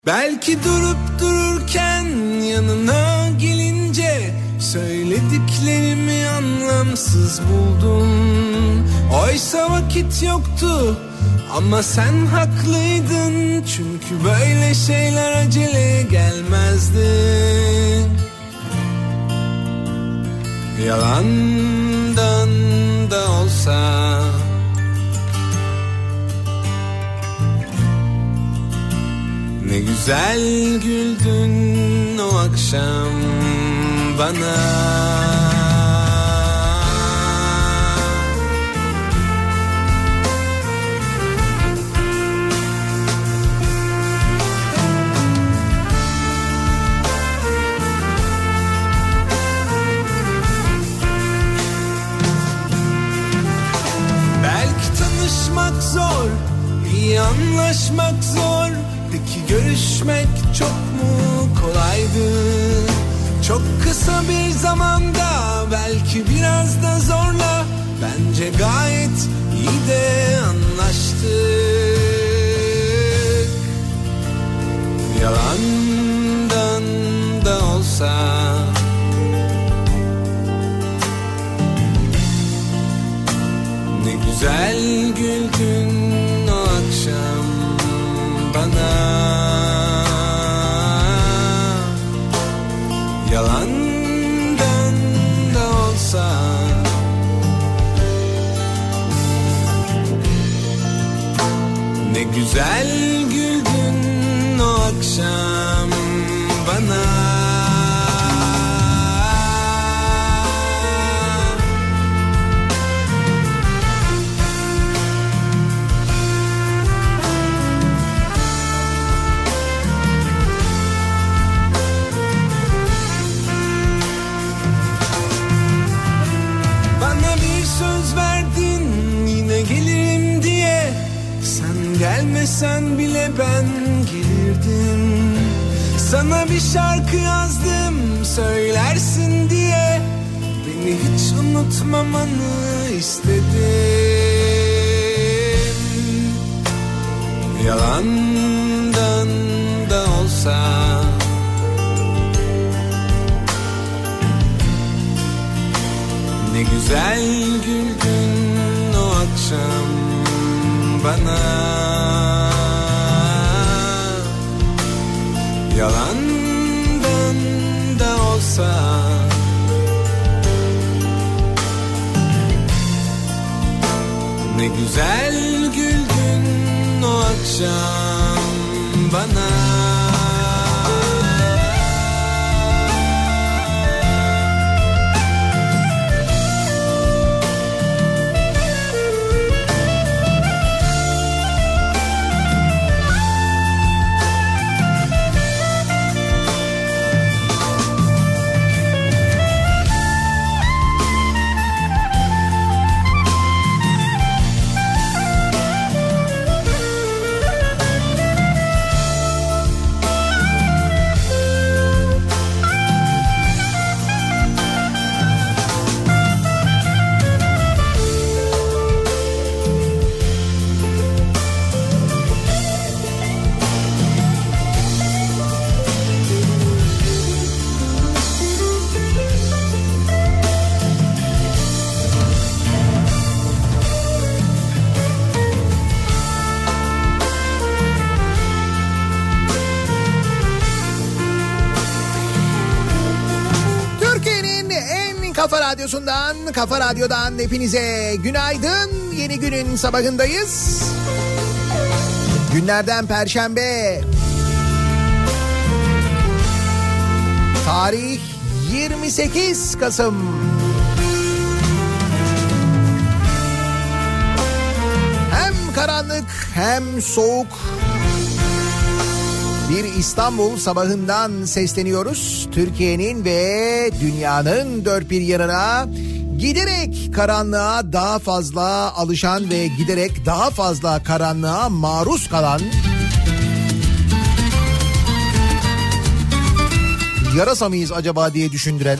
Belki durup dururken yanına gelince söylediklerimi anlamsız buldum. Oysa vakit yoktu ama sen haklıydın. Çünkü böyle şeyler acele gelmezdi. Yalandan da olsa ne güzel güldün o akşam bana. Belki tanışmak zor, iyi anlaşmak zor. Peki görüşmek çok mu kolaydı? Çok kısa bir zamanda, belki biraz da zorla, bence gayet iyi de anlaştık. Yalandan da olsa ne güzel güldün o akşam bana. Yalandan da olsa ne güzel güldün o akşam bana. Söz verdin yine gelirim diye. Sen gelmesen bile ben gelirdim. Sana bir şarkı yazdım söylersin diye. Beni hiç unutmamanı istedim. Yalandan da olsa ne güzel güldün o akşam bana. Yalandan da olsa ne güzel güldün o akşam bana. Kafa Radyosu'ndan, Kafa Radyo'dan hepinize günaydın. Yeni günün sabahındayız. Günlerden Perşembe. Tarih 28 Kasım. Hem karanlık hem soğuk bir İstanbul sabahından sesleniyoruz. Türkiye'nin ve dünyanın dört bir yanına giderek karanlığa daha fazla alışan ve giderek daha fazla karanlığa maruz kalan, yarasa mıyız acaba diye düşündüren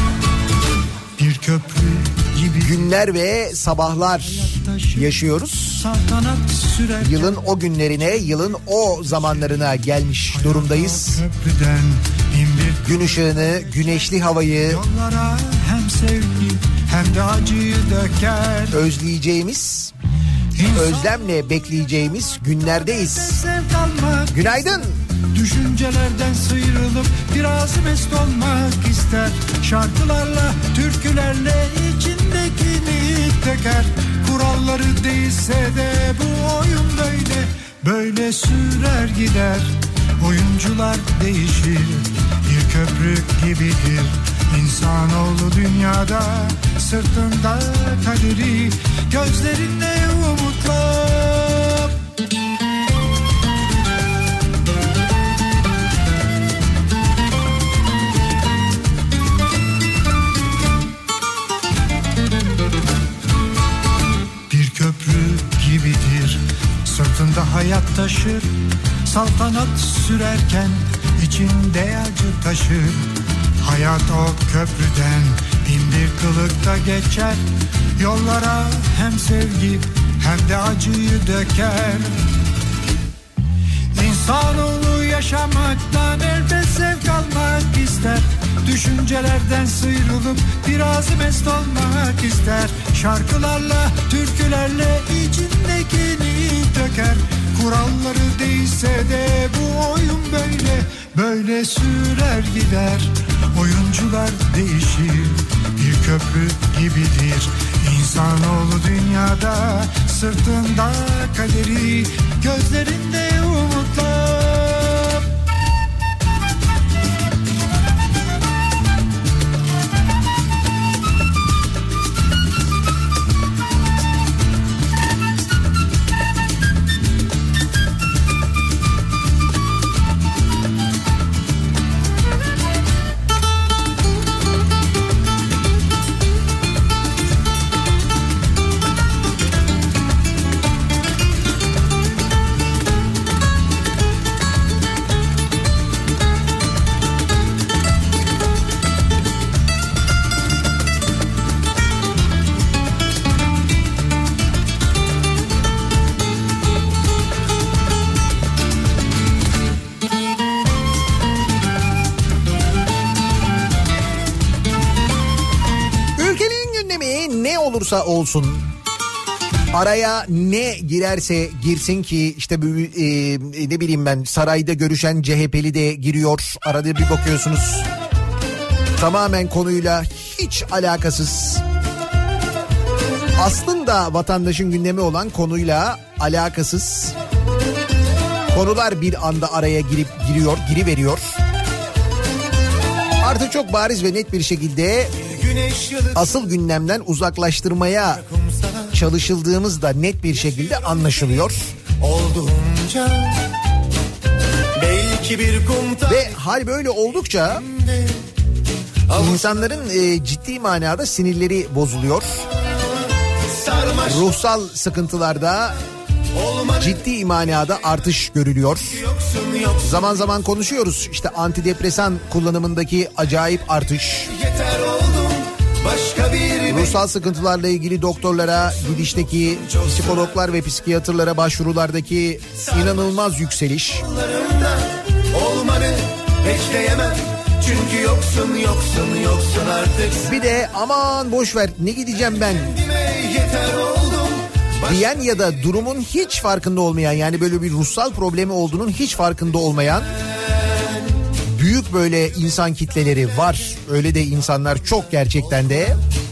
bir köprü gibi günler ve sabahlar yaşıyoruz. saltanat sürerken, yılın o günlerine, yılın o zamanlarına gelmiş durumdayız. köprüden indir Gün ışığını, güneşli havayı yollara, hem sevgi hem de acıyı döker. özleyeceğimiz, özlemle bekleyeceğimiz günlerdeyiz. Sevk almak, Günaydın. düşüncelerden sıyrılıp biraz mest olmak ister. Şarkılarla, türkülerle içindekini döker. Kuralları değilse de bu oyun böyle, böyle sürer gider. Oyuncular değişir, bir köprü gibidir. İnsanoğlu dünyada, sırtında kaderi, gözlerinde umutlar. Bir köprü gibidir, sırtında hayat taşır. Saltanat sürerken içinde acı taşır. Hayat o köprüden indir kılıkta geçer. Yollara hem sevgi hem de acıyı döker. İnsanoğlu yaşamaktan elbet zevk almak ister. Düşüncelerden sıyrılıp biraz mest olmak ister. Şarkılarla, türkülerle içindekini döker. Kuralları değilse de bu oyun böyle, böyle sürer gider. Oyuncular değişir, bir köprü gibidir. İnsanoğlu dünyada, sırtında kaderi, gözlerinde umutlar. olursa olsun, araya ne girerse girsin ki işte ne bileyim ben, sarayda görüşen CHP'li de giriyor. Arada bir bakıyorsunuz tamamen konuyla hiç alakasız, aslında vatandaşın gündemi olan konuyla alakasız konular bir anda araya giriveriyor. Artık çok bariz ve net bir şekilde asıl gündemden uzaklaştırmaya çalışıldığımız da net bir şekilde anlaşılıyor. Ve hal böyle oldukça insanların ciddi manada sinirleri bozuluyor. Ruhsal sıkıntılarda ciddi manada artış görülüyor. Zaman zaman konuşuyoruz işte antidepresan kullanımındaki acayip artış. Ruhsal sıkıntılarla ilgili doktorlara gidişteki psikologlar ve psikiyatrlara başvurulardaki inanılmaz yükseliş. Çünkü yoksun artık. Bir de aman boşver ne gideceğim ben diyen ya da durumun hiç farkında olmayan, yani böyle bir ruhsal problemi olduğunun hiç farkında olmayan büyük böyle insan kitleleri var. Öyle de insanlar çok gerçekten de.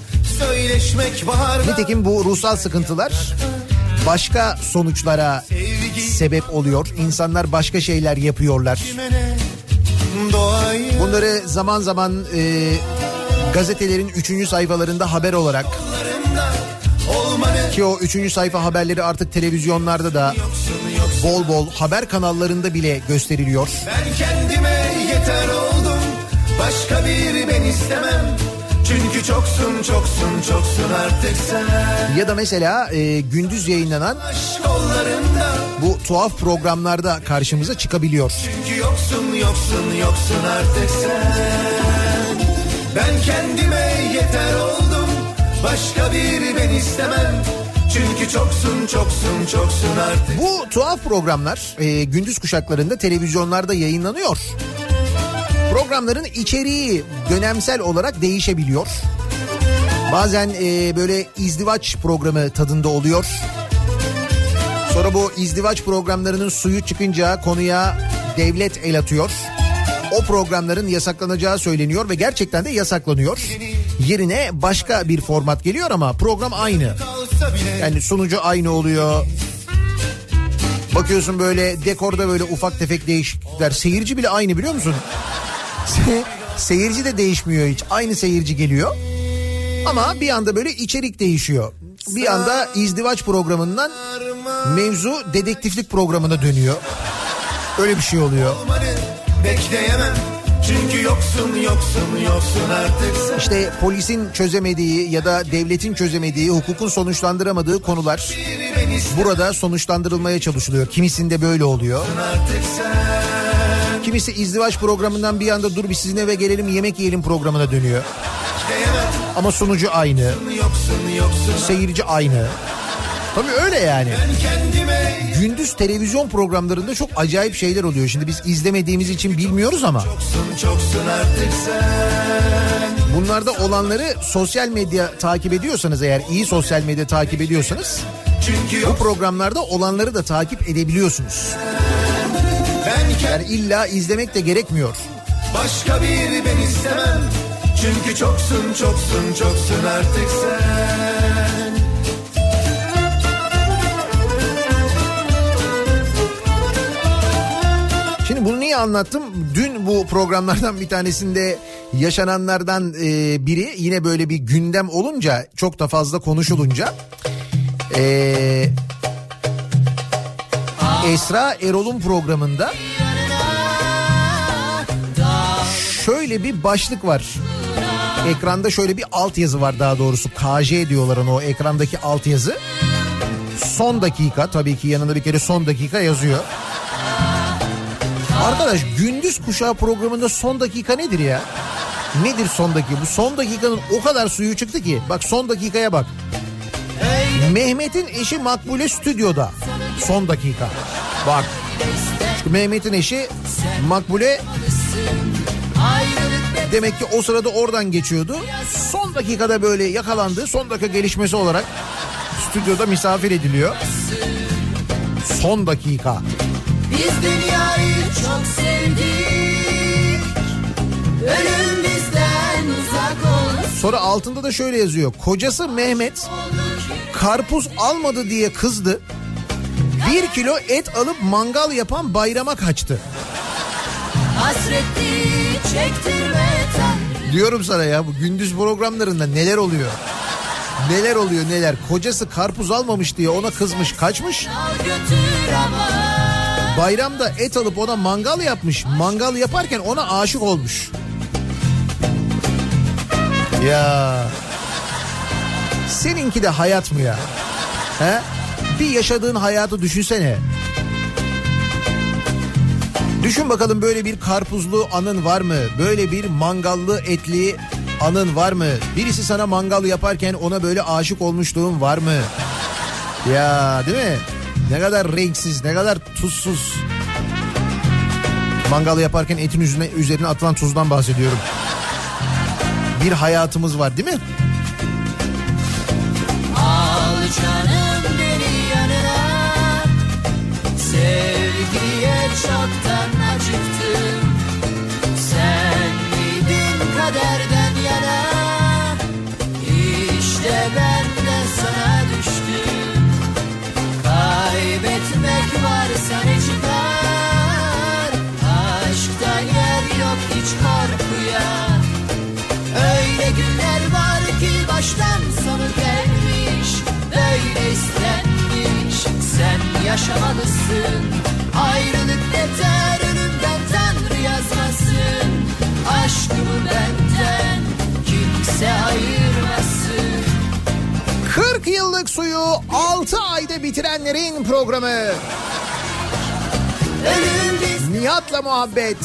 Nitekim bu ruhsal sıkıntılar başka sonuçlara sebep oluyor. İnsanlar başka şeyler yapıyorlar. Bunları zaman zaman gazetelerin 3. sayfalarında haber olarak, ki o 3. sayfa haberleri artık televizyonlarda da bol bol haber kanallarında bile gösteriliyor. Ben kendime yeter oldum, başka biri ben istemem. Çünkü çoksun artık sen. Ya da mesela gündüz yayınlanan bu tuhaf programlarda karşımıza çıkabiliyor. Çünkü yoksun artık sen. Ben kendime yeter oldum, başka biri ben istemem. Çünkü çoksun çoksun çoksun artık. Bu tuhaf programlar gündüz kuşaklarında televizyonlarda yayınlanıyor. Programların içeriği dönemsel olarak değişebiliyor. Bazen böyle izdivaç programı tadında oluyor. Sonra bu izdivaç programlarının suyu çıkınca konuya devlet el atıyor. O programların yasaklanacağı söyleniyor ve gerçekten de yasaklanıyor. Yerine başka bir format geliyor ama program aynı. Yani sunucu aynı oluyor. Bakıyorsun böyle dekorda böyle ufak tefek değişiklikler. Seyirci bile aynı, biliyor musun? Seyirci de değişmiyor hiç. Aynı seyirci geliyor. Ama bir anda böyle içerik değişiyor. Bir anda izdivaç programından mevzu dedektiflik programına dönüyor. Öyle bir şey oluyor. Bekleyemem. Çünkü yoksun artık sen. İşte polisin çözemediği ya da devletin çözemediği, hukukun sonuçlandıramadığı konular burada sonuçlandırılmaya çalışılıyor. Kimisinde böyle oluyor. Kimisi izdivaç programından bir anda dur bir sizin eve gelelim yemek yiyelim programına dönüyor. Ama sunucu aynı. Seyirci aynı. Tabii öyle yani. Gündüz televizyon programlarında çok acayip şeyler oluyor. Şimdi biz izlemediğimiz için bilmiyoruz ama. Çoksun artık sen. Bunlarda olanları sosyal medya takip ediyorsanız, eğer iyi sosyal medya takip ediyorsanız, bu programlarda olanları da takip edebiliyorsunuz. Yani illa izlemek de gerekmiyor. Başka bir ben istemem. Çünkü çoksun artık sen. Şimdi bunu niye anlattım? Dün bu programlardan bir tanesinde yaşananlardan biri yine böyle bir gündem olunca, çok da fazla konuşulunca Esra Erol'un programında şöyle bir başlık var. Ekranda şöyle bir altyazı var, daha doğrusu KJ diyorlar ona, o ekrandaki altyazı. Son dakika, tabii ki yanında bir kere son dakika yazıyor. Arkadaş, gündüz kuşağı programında son dakika nedir ya? Nedir son dakika? Bu son dakikanın o kadar suyu çıktı ki. Bak son dakikaya bak. Mehmet'in eşi Makbule stüdyoda. Son dakika. Bak. Çünkü Mehmet'in eşi Makbule demek ki o sırada oradan geçiyordu. Son dakikada böyle yakalandı. Son dakika gelişmesi olarak stüdyoda misafir ediliyor. Son dakika. Biz dünyayı çok sevdik. Ölüm bizden uzak olsun. Sonra altında da şöyle yazıyor. Kocası Mehmet karpuz almadı diye kızdı. 1 kilo et alıp mangal yapan bayrama kaçtı. Hasreti çektirme Tanrı. Diyorum sana ya, bu gündüz programlarında neler oluyor? Neler oluyor neler. Kocası karpuz almamış diye ona kızmış, kaçmış. Al götür ama. Bayramda et alıp ona mangal yapmış. Mangal yaparken ona aşık olmuş. Ya. Seninki de hayat mı ya? He? Bir yaşadığın hayatı düşünsene. Düşün bakalım, böyle bir karpuzlu anın var mı? Böyle bir mangallı etli anın var mı? Birisi sana mangal yaparken ona böyle aşık olmuşluğun var mı? Ya değil mi? Ne kadar renksiz, ne kadar tuzsuz. Mangal yaparken etin üzerine atılan tuzdan bahsediyorum. Bir hayatımız var değil mi? Al canım beni yanına. Sevgiye çoktan acıktım. Sen miydin kaderden yana? İşte ben de sana düştüm. Kaybetmek varsa ne çıkar? Aşkta yer yok hiç korkuya. Öyle günler var ki baştan sonu gelmiş. Böyle istenmiş. Sen yaşamalısın. Ayrılık yeter, ölümden Tanrı yazmasın. Aşkımı benden kimse ayırmasın. 40 yıllık suyu 6 ayda bitirenlerin programı. Nihat'la muhabbet.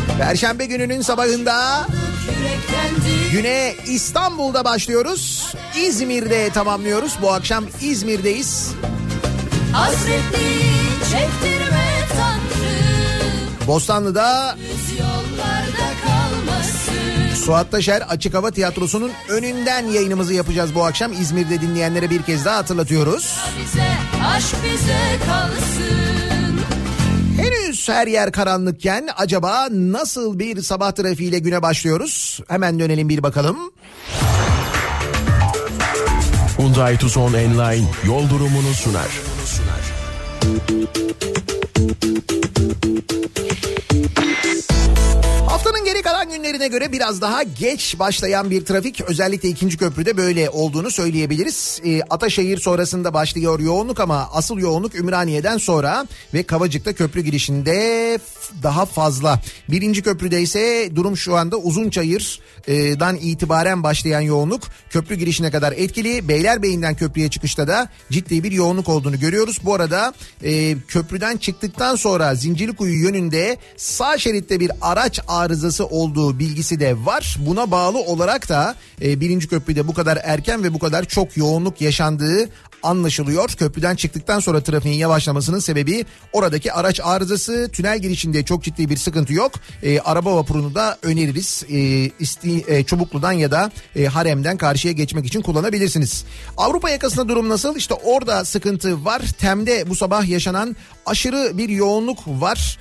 Perşembe gününün sabahında güne İstanbul'da başlıyoruz. İzmir'de tamamlıyoruz. Bu akşam İzmir'deyiz. Hasretli çektirme Tanrım. Bostanlı'da Yollarda kalmasın. Suat Taşer Açık Hava Tiyatrosu'nun önünden yayınımızı yapacağız bu akşam. İzmir'de dinleyenlere bir kez daha hatırlatıyoruz. Bize, aşk bize kalsın. Henüz her yer karanlıkken acaba nasıl bir sabah trafiğiyle güne başlıyoruz? Hemen dönelim bir bakalım. Hyundai Tucson Enline yol durumunu sunar. Haftanın geri kalan günlerine göre biraz daha geç başlayan bir trafik, özellikle ikinci köprüde böyle olduğunu söyleyebiliriz. Ataşehir sonrasında başlıyor yoğunluk ama asıl yoğunluk Ümraniye'den sonra ve Kavacık'ta köprü girişinde daha fazla. Birinci köprüde ise durum şu anda Uzunçayır'dan itibaren başlayan yoğunluk köprü girişine kadar etkili. Beylerbeyi'nden köprüye çıkışta da ciddi bir yoğunluk olduğunu görüyoruz. Bu arada köprüden çıktıktan sonra Zincirlikuyu yönünde sağ şeritte bir araç arızası olduğu bilgisi de var. Buna bağlı olarak da birinci köprüde bu kadar erken ve bu kadar çok yoğunluk yaşandığı anlaşılıyor. Köprüden çıktıktan sonra trafiğin yavaşlamasının sebebi oradaki araç arızası. Tünel girişinde çok ciddi bir sıkıntı yok. Araba vapurunu da öneririz. Çubuklu'dan ya da Harem'den karşıya geçmek için kullanabilirsiniz. Avrupa yakasında durum nasıl? İşte orada sıkıntı var. TEM'de bu sabah yaşanan aşırı bir yoğunluk var.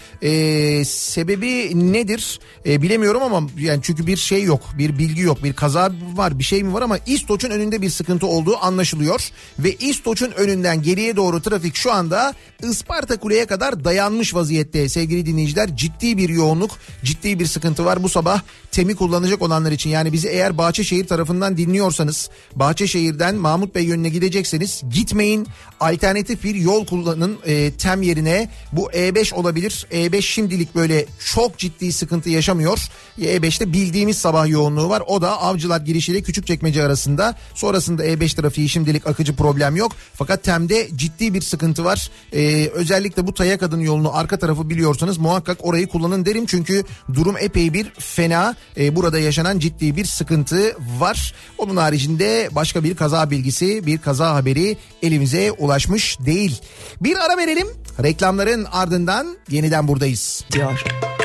Sebebi nedir? Bilemiyorum ama yani çünkü bir şey yok, bir bilgi yok, bir kaza var, bir şey mi var ama İstoç'un önünde bir sıkıntı olduğu anlaşılıyor ve İstoç'un önünden geriye doğru trafik şu anda Isparta Kule'ye kadar dayanmış vaziyette sevgili dinleyiciler. Ciddi bir yoğunluk, ciddi bir sıkıntı var bu sabah TEM'i kullanacak olanlar için. Yani bizi eğer Bahçeşehir tarafından dinliyorsanız, Bahçeşehir'den Mahmut Bey yönüne gidecekseniz gitmeyin. Alternatif bir yol kullanın TEM yerine. Bu E5 olabilir. E5 şimdilik böyle çok ciddi sıkıntı yaşamıyor. E5'te bildiğimiz sabah yoğunluğu var. O da Avcılar girişiyle Küçükçekmece arasında. Sonrasında E5 trafiği şimdilik akıcı, problem yok. Fakat TEM'de ciddi bir sıkıntı var. Özellikle bu Tayakadın yolunu, arka tarafı biliyorsanız muhakkak orayı kullanın derim. Çünkü durum epey bir fena. Burada yaşanan ciddi bir sıkıntı var. Onun haricinde başka bir kaza bilgisi, bir kaza haberi elimize ulaşmış değil. Bir ara verelim. Reklamların ardından yeniden buradayız. Diyor.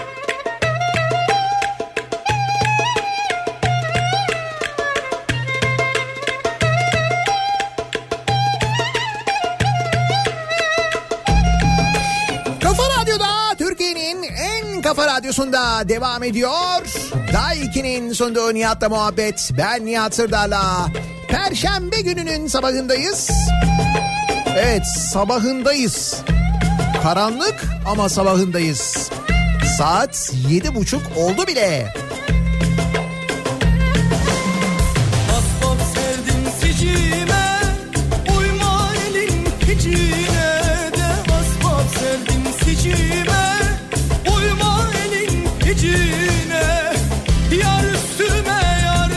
Kafa Radyosu'nda devam ediyor. Daiki'nin sunduğu Nihat'la muhabbet. Ben Nihat Sırdar'la. Perşembe gününün sabahındayız. Evet, sabahındayız. Karanlık ama sabahındayız. Saat 7.30 oldu bile. Asbab sevdim sicime, uyma elin hicine de. Asbab sevdim sicime, uyma elin hicine. Yar üstüme yar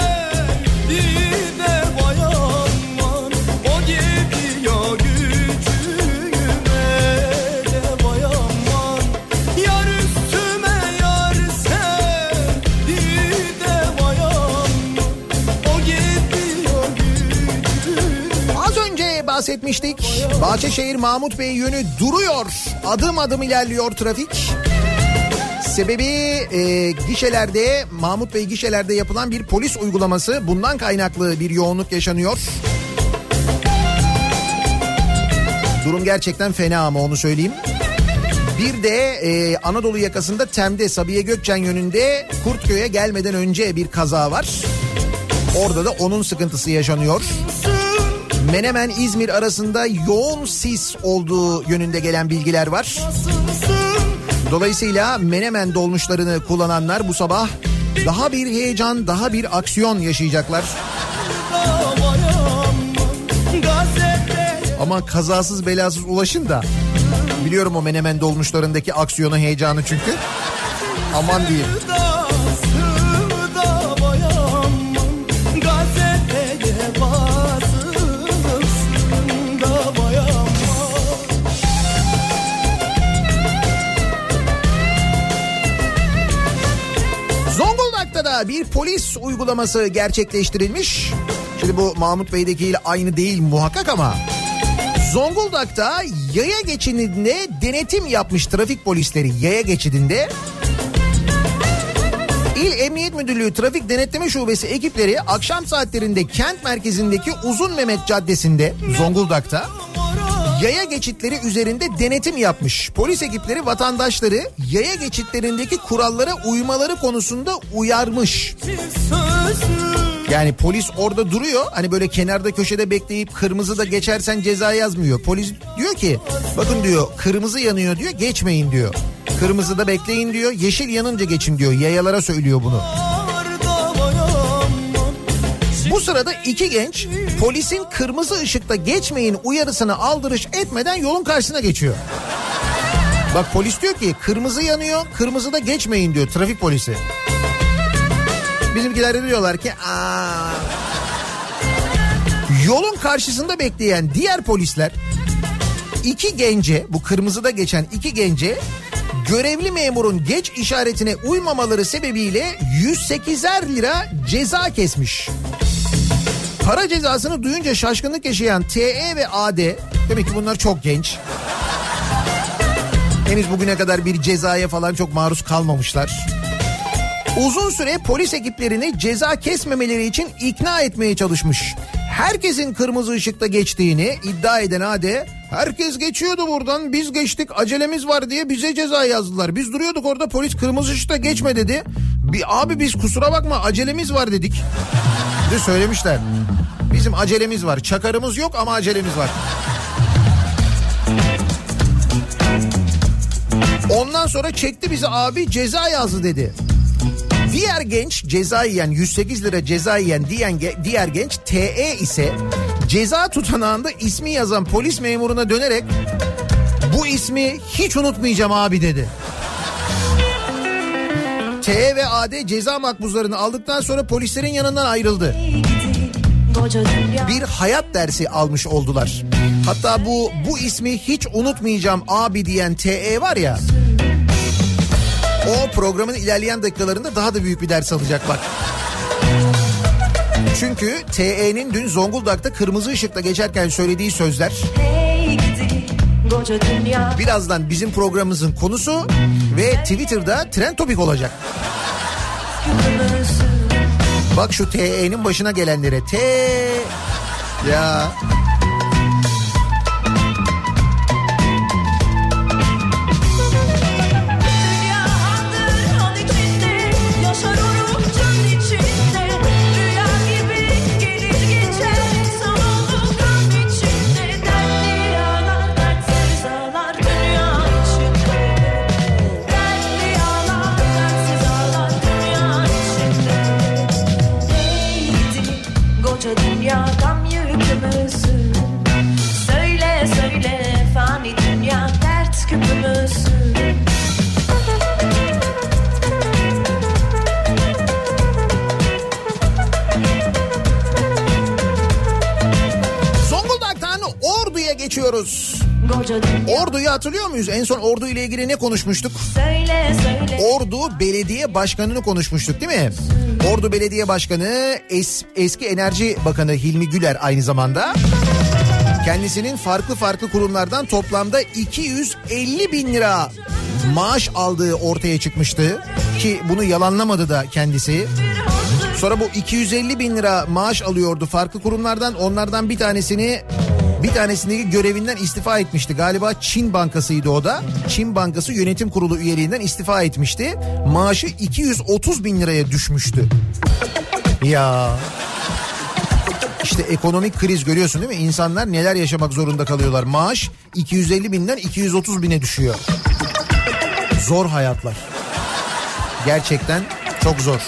sevdi de bayanman, o geliyor gücüme de bayanman. Yar üstüme yar sevdi de bayanman, o geliyor gücüme. Az önce bahsetmiştik. Bahçeşehir Mahmut Bey yönü duruyor. Adım adım ilerliyor trafik. Sebebi gişelerde, Mahmut Bey gişelerde yapılan bir polis uygulaması. Bundan kaynaklı bir yoğunluk yaşanıyor. Durum gerçekten fena ama onu söyleyeyim. Bir de Anadolu yakasında TEM'de Sabiha Gökçen yönünde Kurtköy'e gelmeden önce bir kaza var. Orada da onun sıkıntısı yaşanıyor. Menemen İzmir arasında yoğun sis olduğu yönünde gelen bilgiler var. Dolayısıyla Menemen dolmuşlarını kullananlar bu sabah daha bir heyecan, daha bir aksiyon yaşayacaklar. Ama kazasız belasız ulaşın da. Biliyorum o Menemen dolmuşlarındaki aksiyonu, heyecanı çünkü. Aman diyeyim. Zonguldak'ta da bir polis uygulaması gerçekleştirilmiş. Şimdi bu Mahmut Bey'dekiyle aynı değil muhakkak ama Zonguldak'ta yaya geçidinde denetim yapmış trafik polisleri yaya geçidinde. İl Emniyet Müdürlüğü Trafik Denetleme Şubesi ekipleri akşam saatlerinde kent merkezindeki Uzun Mehmet Caddesi'nde Zonguldak'ta yaya geçitleri üzerinde denetim yapmış. Polis ekipleri vatandaşları yaya geçitlerindeki kurallara uymaları konusunda uyarmış. Yani polis orada duruyor. Hani böyle kenarda köşede bekleyip kırmızı da geçersen ceza yazmıyor. Polis diyor ki bakın diyor kırmızı yanıyor diyor geçmeyin diyor. Kırmızıda bekleyin diyor. Yeşil yanınca geçin diyor. Yayalara söylüyor bunu. Bu sırada iki genç polisin kırmızı ışıkta geçmeyin uyarısını aldırış etmeden yolun karşısına geçiyor. Bak polis diyor ki kırmızı yanıyor, kırmızıda geçmeyin diyor trafik polisi. Bizimkiler de diyorlar ki yolun karşısında bekleyen diğer polisler iki gence, bu kırmızıda geçen iki gence görevli memurun geç işaretine uymamaları sebebiyle 108'er lira ceza kesmiş. Para cezasını duyunca şaşkınlık yaşayan TE ve AD, demek ki bunlar çok genç. Henüz bugüne kadar bir cezaya falan çok maruz kalmamışlar. Uzun süre polis ekiplerini ceza kesmemeleri için ikna etmeye çalışmış. Herkesin kırmızı ışıkta geçtiğini iddia eden AD, herkes geçiyordu buradan biz geçtik acelemiz var diye bize ceza yazdılar. Biz duruyorduk orada polis kırmızı ışıkta geçme dedi. Abi biz kusura bakma acelemiz var dedik. De söylemişler. Bizim acelemiz var. Çakarımız yok ama acelemiz var. Ondan sonra çekti bizi abi ceza yazdı dedi. Diğer genç ceza yiyen 108 lira ceza yiyen diğer genç TE ise ceza tutanağında ismi yazan polis memuruna dönerek bu ismi hiç unutmayacağım abi dedi. TE ve AD ceza makbuzlarını aldıktan sonra polislerin yanından ayrıldı. Bir hayat dersi almış oldular. Hatta bu ismi hiç unutmayacağım abi diyen TE var ya. O programın ilerleyen dakikalarında daha da büyük bir ders alacak bak. Çünkü TE'nin dün Zonguldak'ta kırmızı ışıkta geçerken söylediği sözler birazdan bizim programımızın konusu ve Twitter'da trend topik olacak. Bak şu TE'nin başına gelenlere. Ya... Geçiyoruz. Ordu'yu hatırlıyor muyuz? En son Ordu ile ilgili ne konuşmuştuk? Ordu Belediye Başkanı'nı konuşmuştuk değil mi? Ordu Belediye Başkanı eski Enerji Bakanı Hilmi Güler aynı zamanda. Kendisinin farklı kurumlardan toplamda 250 bin lira maaş aldığı ortaya çıkmıştı. Ki bunu yalanlamadı da kendisi. Sonra bu 250 bin lira maaş alıyordu farklı kurumlardan. Onlardan bir tanesindeki görevinden istifa etmişti. Galiba Çin Bankası'ydı o da. Çin Bankası Yönetim Kurulu üyeliğinden istifa etmişti. Maaşı 230 bin liraya düşmüştü. Ya... İşte ekonomik kriz görüyorsun değil mi? İnsanlar neler yaşamak zorunda kalıyorlar. Maaş 250 binden 230 bine düşüyor. Zor hayatlar. Gerçekten çok zor.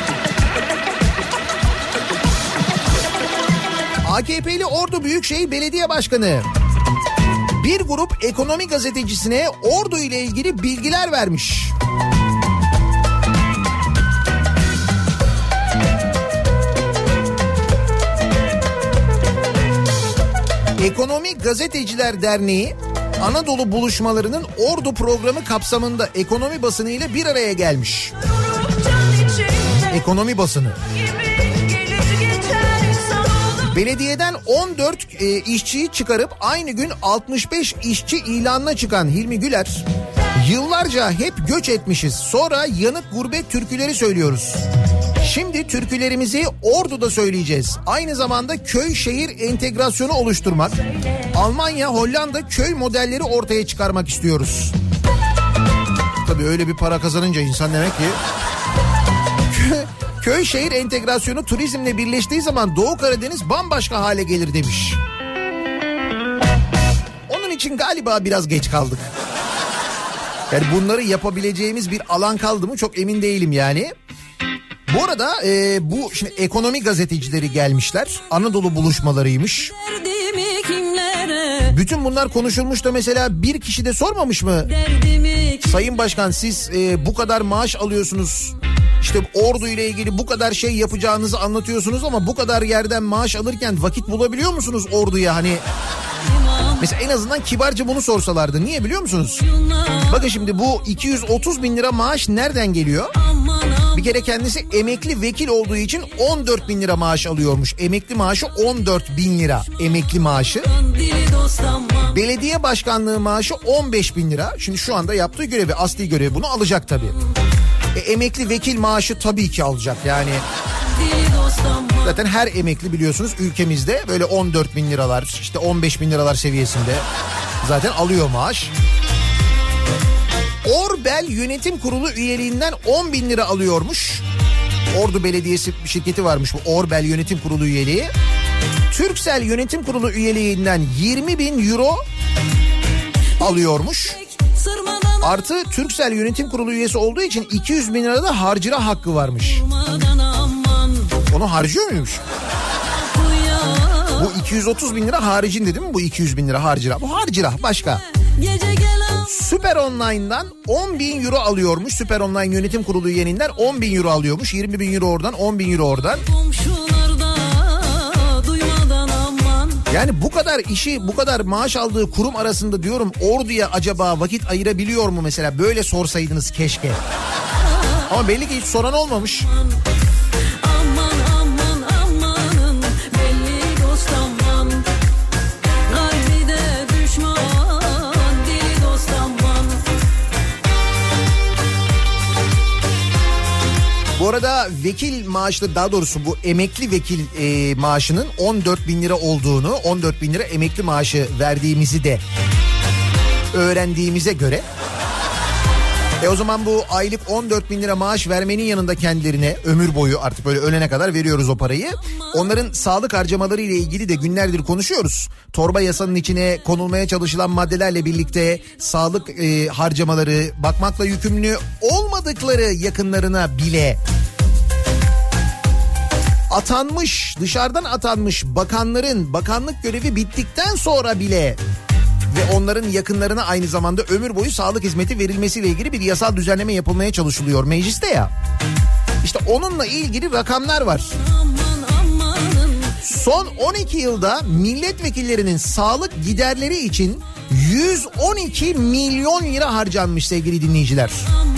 AKP'li Ordu Büyükşehir Belediye Başkanı bir grup ekonomi gazetecisine Ordu ile ilgili bilgiler vermiş. Ekonomi Gazeteciler Derneği Anadolu buluşmalarının Ordu programı kapsamında ekonomi basını ile bir araya gelmiş. Ekonomi basını. Belediyeden 14 işçiyi çıkarıp aynı gün 65 işçi ilanına çıkan Hilmi Güler, yıllarca hep göç etmişiz, sonra yanık gurbet türküleri söylüyoruz. Şimdi türkülerimizi Ordu'da söyleyeceğiz. Aynı zamanda köy şehir entegrasyonu oluşturmak, Almanya, Hollanda köy modelleri ortaya çıkarmak istiyoruz. Tabii öyle bir para kazanınca insan demek ki... Köy şehir entegrasyonu turizmle birleştiği zaman Doğu Karadeniz bambaşka hale gelir demiş. Onun için galiba biraz geç kaldık. Yani bunları yapabileceğimiz bir alan kaldı mı çok emin değilim yani. Bu arada bu şimdi ekonomi gazetecileri gelmişler. Anadolu buluşmalarıymış. Bütün bunlar konuşulmuş da mesela bir kişi de sormamış mı? Sayın Başkan, siz bu kadar maaş alıyorsunuz. İşte Ordu ile ilgili bu kadar şey yapacağınızı anlatıyorsunuz ama bu kadar yerden maaş alırken vakit bulabiliyor musunuz Ordu'ya? Hani mesela en azından kibarca bunu sorsalardı. Niye biliyor musunuz? Bakın şimdi bu 230 bin lira maaş nereden geliyor? Bir kere kendisi emekli vekil olduğu için 14 bin lira maaş alıyormuş. Emekli maaşı 14 bin lira emekli maaşı. Belediye başkanlığı maaşı 15 bin lira. Şimdi şu anda yaptığı görevi, asli görevi, bunu alacak tabii. Emekli vekil maaşı tabii ki alacak yani. Zaten her emekli biliyorsunuz ülkemizde böyle 14 bin liralar, işte 15 bin liralar seviyesinde zaten alıyor maaş. Orbel Yönetim Kurulu üyeliğinden 10 bin lira alıyormuş. Ordu Belediyesi şirketi varmış bu Orbel Yönetim Kurulu üyeliği. Türksel Yönetim Kurulu üyeliğinden 20 bin euro alıyormuş. Artı Türksel Yönetim Kurulu üyesi olduğu için 200 bin lira da harcıra hakkı varmış. Onu harcıyor muymuş? Bu 230 bin lira haricinde değil mi bu 200 bin lira harcıra? Bu harcıra başka. Süper Online'dan 10 bin euro alıyormuş. Süper Online Yönetim Kurulu üyeliğinden 10 bin euro alıyormuş. 20 bin euro oradan, 10 bin euro oradan. Yani bu kadar işi, bu kadar maaş aldığı kurum arasında diyorum Ordu'ya acaba vakit ayırabiliyor mu mesela? Böyle sorsaydınız keşke. Ama belli ki hiç soran olmamış. Bu arada vekil maaşlı, daha doğrusu bu emekli vekil maaşının 14 bin lira olduğunu, 14 bin lira emekli maaşı verdiğimizi de öğrendiğimize göre o zaman bu aylık 14 bin lira maaş vermenin yanında kendilerine ömür boyu artık böyle ölene kadar veriyoruz o parayı. Onların sağlık harcamaları ile ilgili de günlerdir konuşuyoruz. Torba yasanın içine konulmaya çalışılan maddelerle birlikte sağlık harcamaları, bakmakla yükümlü olmadıkları yakınlarına bile atanmış, dışarıdan atanmış bakanların bakanlık görevi bittikten sonra bile ve onların yakınlarına aynı zamanda ömür boyu sağlık hizmeti verilmesiyle ilgili bir yasal düzenleme yapılmaya çalışılıyor mecliste ya. İşte onunla ilgili rakamlar var. Son 12 yılda milletvekillerinin sağlık giderleri için 112 milyon lira harcanmış sevgili dinleyiciler.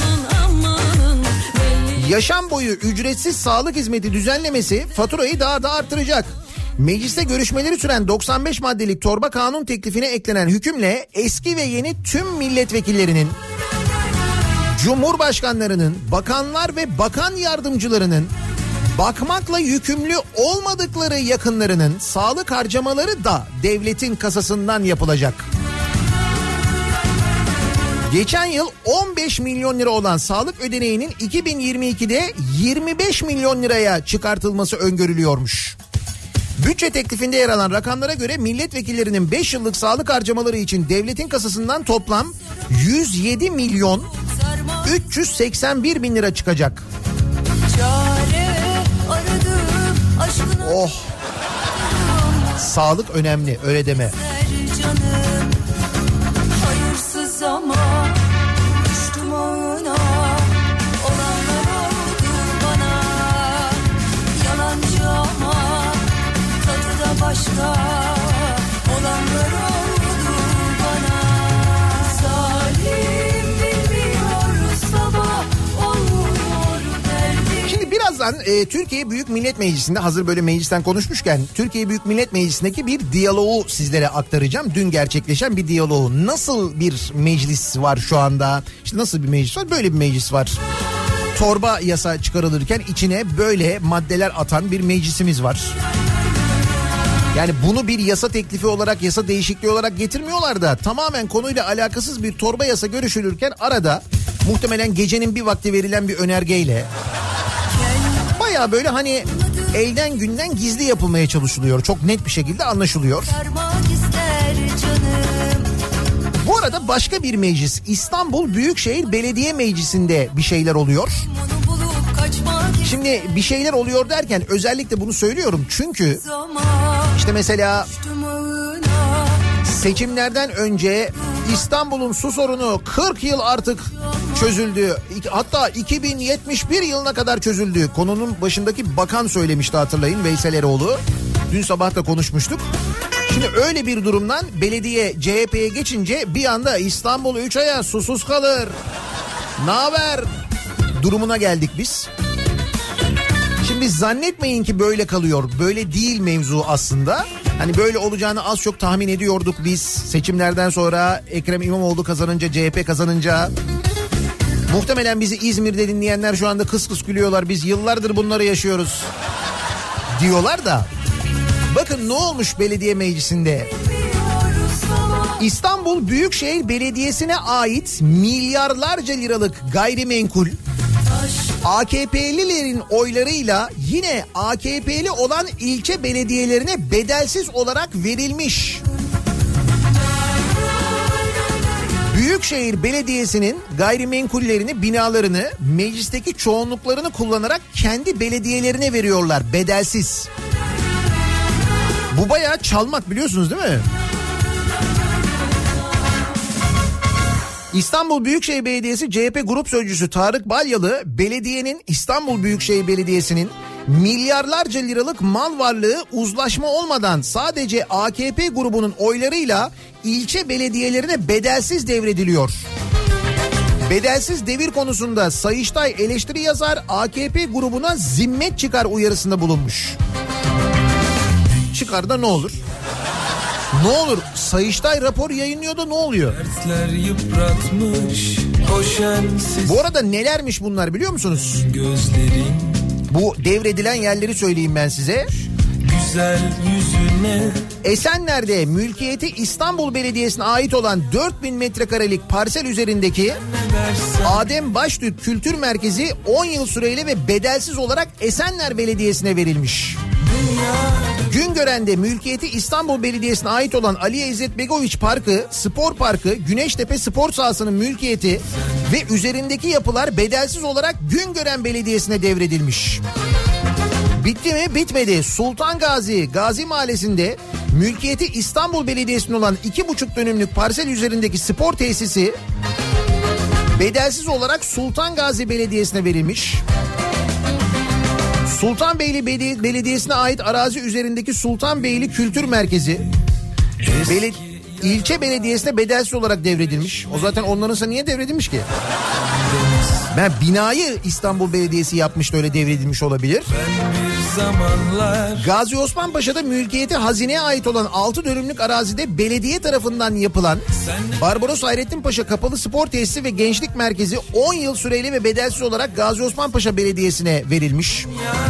Yaşam boyu ücretsiz sağlık hizmeti düzenlemesi faturayı daha da arttıracak. Mecliste görüşmeleri süren 95 maddelik torba kanun teklifine eklenen hükümle eski ve yeni tüm milletvekillerinin, cumhurbaşkanlarının, bakanlar ve bakan yardımcılarının, bakmakla yükümlü olmadıkları yakınlarının sağlık harcamaları da devletin kasasından yapılacak. Geçen yıl 15 milyon lira olan sağlık ödeneğinin 2022'de 25 milyon liraya çıkartılması öngörülüyormuş. Bütçe teklifinde yer alan rakamlara göre milletvekillerinin 5 yıllık sağlık harcamaları için devletin kasasından toplam 107 milyon 381 bin lira çıkacak. Oh! Sağlık önemli, öyle deme. Hayırsız ama düştüm oyuna. Olanlar oldu bana. Yalancı ama tadı da başka. Olanlar oldu bana. Zalim bilmiyor sabah olmuyor derdim. Şimdi biraz Birazdan Türkiye Büyük Millet Meclisi'nde, hazır böyle meclisten konuşmuşken, Türkiye Büyük Millet Meclisi'ndeki bir diyaloğu sizlere aktaracağım. Dün gerçekleşen bir diyaloğu. Nasıl bir meclis var şu anda? İşte nasıl bir meclis var? Böyle bir meclis var. Torba yasa çıkarılırken içine böyle maddeler atan bir meclisimiz var. Yani bunu bir yasa teklifi olarak, yasa değişikliği olarak getirmiyorlar da tamamen konuyla alakasız bir torba yasa görüşülürken arada muhtemelen gecenin bir vakti verilen bir önergeyle baya böyle hani elden günden gizli yapılmaya çalışılıyor. Çok net bir şekilde anlaşılıyor. Bu arada başka bir meclis, İstanbul Büyükşehir Belediye Meclisi'nde bir şeyler oluyor. Şimdi bir şeyler oluyor derken özellikle bunu söylüyorum çünkü işte mesela seçimlerden önce İstanbul'un su sorunu 40 yıl artık çözüldü. Hatta 2071 yılına kadar çözüldü. Konunun başındaki bakan söylemişti, hatırlayın, Veysel Eroğlu. Dün sabah da konuşmuştuk. Şimdi öyle bir durumdan belediye CHP'ye geçince bir anda İstanbul 3 aya susuz kalır. Naber? Durumuna geldik biz. Şimdi zannetmeyin ki böyle kalıyor. Böyle değil mevzu aslında. Hani böyle olacağını az çok tahmin ediyorduk biz. Seçimlerden sonra Ekrem İmamoğlu kazanınca, CHP kazanınca. Muhtemelen bizi İzmir'de dinleyenler şu anda kıs kıs gülüyorlar. Biz yıllardır bunları yaşıyoruz diyorlar da. Bakın ne olmuş belediye meclisinde. İstanbul Büyükşehir Belediyesi'ne ait milyarlarca liralık gayrimenkul AKP'lilerin oylarıyla yine AKP'li olan ilçe belediyelerine bedelsiz olarak verilmiş. Büyükşehir Belediyesi'nin gayrimenkullerini, binalarını, meclisteki çoğunluklarını kullanarak kendi belediyelerine veriyorlar bedelsiz. Bu bayağı çalmak, biliyorsunuz değil mi? İstanbul Büyükşehir Belediyesi CHP Grup Sözcüsü Tarık Balyalı, belediyenin, İstanbul Büyükşehir Belediyesi'nin milyarlarca liralık mal varlığı uzlaşma olmadan sadece AKP grubunun oylarıyla ilçe belediyelerine bedelsiz devrediliyor. Bedelsiz devir konusunda Sayıştay eleştiri yazar, AKP grubuna zimmet çıkar uyarısında bulunmuş. Çıkar da ne olur? Ne olur? Sayıştay rapor yayınlıyor da ne oluyor? Bu arada nelermiş bunlar biliyor musunuz? Gözlerin, bu devredilen yerleri söyleyeyim ben size. Güzel yüzüne. Esenler'de mülkiyeti İstanbul Belediyesi'ne ait olan 4000 metrekarelik parsel üzerindeki Adem Baştürk Kültür Merkezi 10 yıl süreyle ve bedelsiz olarak Esenler Belediyesi'ne verilmiş. Güngören'de mülkiyeti İstanbul Belediyesi'ne ait olan Ali İzzet Begoviç Parkı, Spor Parkı, Güneştepe Spor Sahası'nın mülkiyeti ve üzerindeki yapılar bedelsiz olarak Güngören Belediyesi'ne devredilmiş. Bitti mi? Bitmedi. Sultan Gazi, Gazi Mahallesi'nde mülkiyeti İstanbul Belediyesi'nin olan 2,5 dönümlük parsel üzerindeki spor tesisi bedelsiz olarak Sultan Gazi Belediyesi'ne verilmiş. Sultanbeyli Belediyesi'ne ait arazi üzerindeki Sultanbeyli Kültür Merkezi ilçe belediyesine bedelsiz olarak devredilmiş. O zaten onlarınsa niye devredilmiş ki? Ben binayı İstanbul Belediyesi yapmış da öyle devredilmiş olabilir. Gazi Osman Paşa'da mülkiyeti hazineye ait olan 6 dönümlük arazide belediye tarafından yapılan Barbaros Hayrettin Paşa Kapalı Spor Tesisi ve Gençlik Merkezi 10 yıl süreyle ve bedelsiz olarak Gazi Osman Paşa Belediyesi'ne verilmiş.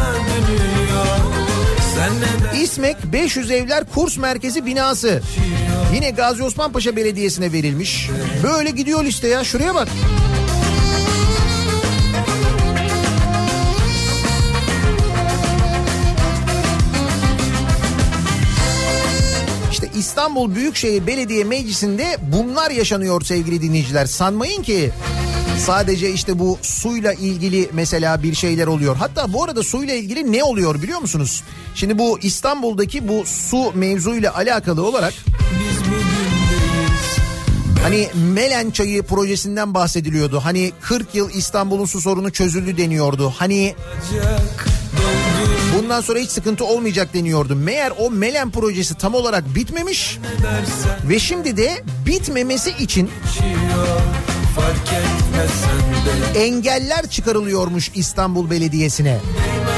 İSMEK 500 Evler Kurs Merkezi binası yine Gazi Osman Paşa Belediyesi'ne verilmiş. Böyle gidiyor liste ya, şuraya bak. İstanbul Büyükşehir Belediye Meclisi'nde bunlar yaşanıyor sevgili dinleyiciler. Sanmayın ki sadece işte bu suyla ilgili mesela bir şeyler oluyor. Hatta bu arada suyla ilgili ne oluyor biliyor musunuz? Şimdi bu İstanbul'daki bu su mevzuyla alakalı olarak hani Melen Çayı projesinden bahsediliyordu. Hani 40 yıl İstanbul'un su sorunu çözüldü deniyordu. Hani bundan sonra hiç sıkıntı olmayacak deniyordu. Meğer o Melen projesi tam olarak bitmemiş ve şimdi de bitmemesi için engeller çıkarılıyormuş İstanbul Belediyesi'ne.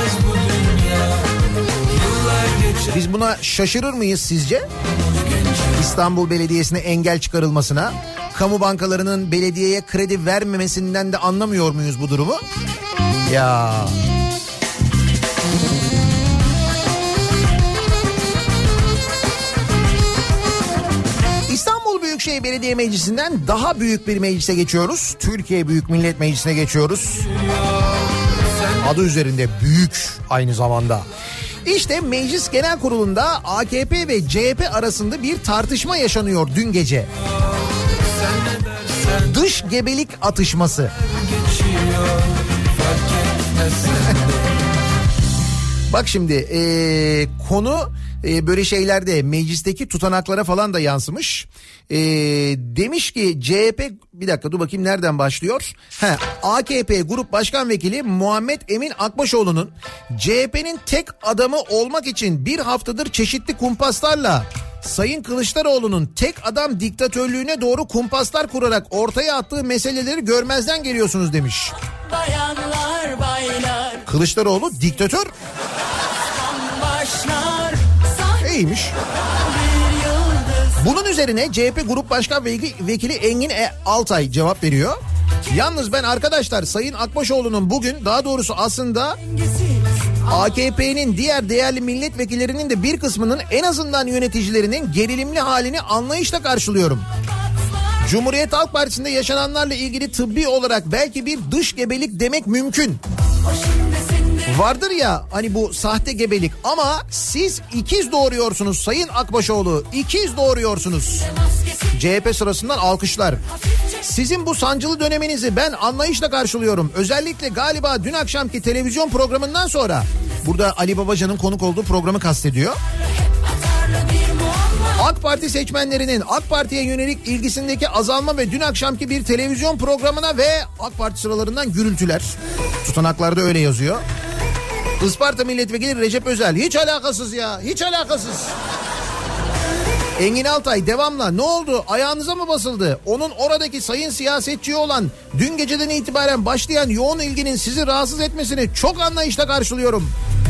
Biz buna şaşırır mıyız sizce? İstanbul Belediyesi'ne engel çıkarılmasına, kamu bankalarının belediyeye kredi vermemesinden de anlamıyor muyuz bu durumu? Ya... İstanbul Büyükşehir Belediye Meclisi'nden daha büyük bir meclise geçiyoruz. Türkiye Büyük Millet Meclisi'ne geçiyoruz. Adı üzerinde büyük aynı zamanda. İşte Meclis Genel Kurulu'nda AKP ve CHP arasında bir tartışma yaşanıyor dün gece. Dış gebelik atışması. Bak şimdi konu böyle şeylerde meclisteki tutanaklara falan da yansımış. Demiş ki CHP, bir dakika dur bakayım nereden başlıyor? AKP Grup Başkan Vekili Muhammed Emin Akbaşoğlu'nun CHP'nin tek adamı olmak için bir haftadır çeşitli kumpaslarla Sayın Kılıçdaroğlu'nun tek adam diktatörlüğüne doğru kumpaslar kurarak ortaya attığı meseleleri görmezden geliyorsunuz demiş. Bayanlar, baylar, Kılıçdaroğlu diktatör. başlar, İyiymiş. Bunun üzerine CHP Grup Başkan Vekili Engin Altay cevap veriyor. Yalnız ben arkadaşlar Sayın Akbaşoğlu'nun bugün, daha doğrusu aslında AKP'nin diğer değerli milletvekillerinin de bir kısmının, en azından yöneticilerinin gerilimli halini anlayışla karşılıyorum. Cumhuriyet Halk Partisi'nde yaşananlarla ilgili tıbbi olarak belki bir dış gebelik demek mümkün. Vardır ya hani bu sahte gebelik, ama siz ikiz doğuruyorsunuz Sayın Akbaşoğlu, ikiz doğuruyorsunuz. CHP sırasından alkışlar. Sizin bu sancılı döneminizi ben anlayışla karşılıyorum. Özellikle galiba dün akşamki televizyon programından sonra, burada Ali Babacan'ın konuk olduğu programı kastediyor. AK Parti seçmenlerinin AK Parti'ye yönelik ilgisindeki azalma ve dün akşamki bir televizyon programına ve AK Parti sıralarından gürültüler. Tutanaklarda öyle yazıyor. Isparta Milletvekili Recep Özel, hiç alakasız ya, hiç alakasız. Engin Altay devamla, ne oldu, ayağınıza mı basıldı? Onun oradaki sayın siyasetçiye olan dün geceden itibaren başlayan yoğun ilginin sizi rahatsız etmesini çok anlayışla karşılıyorum.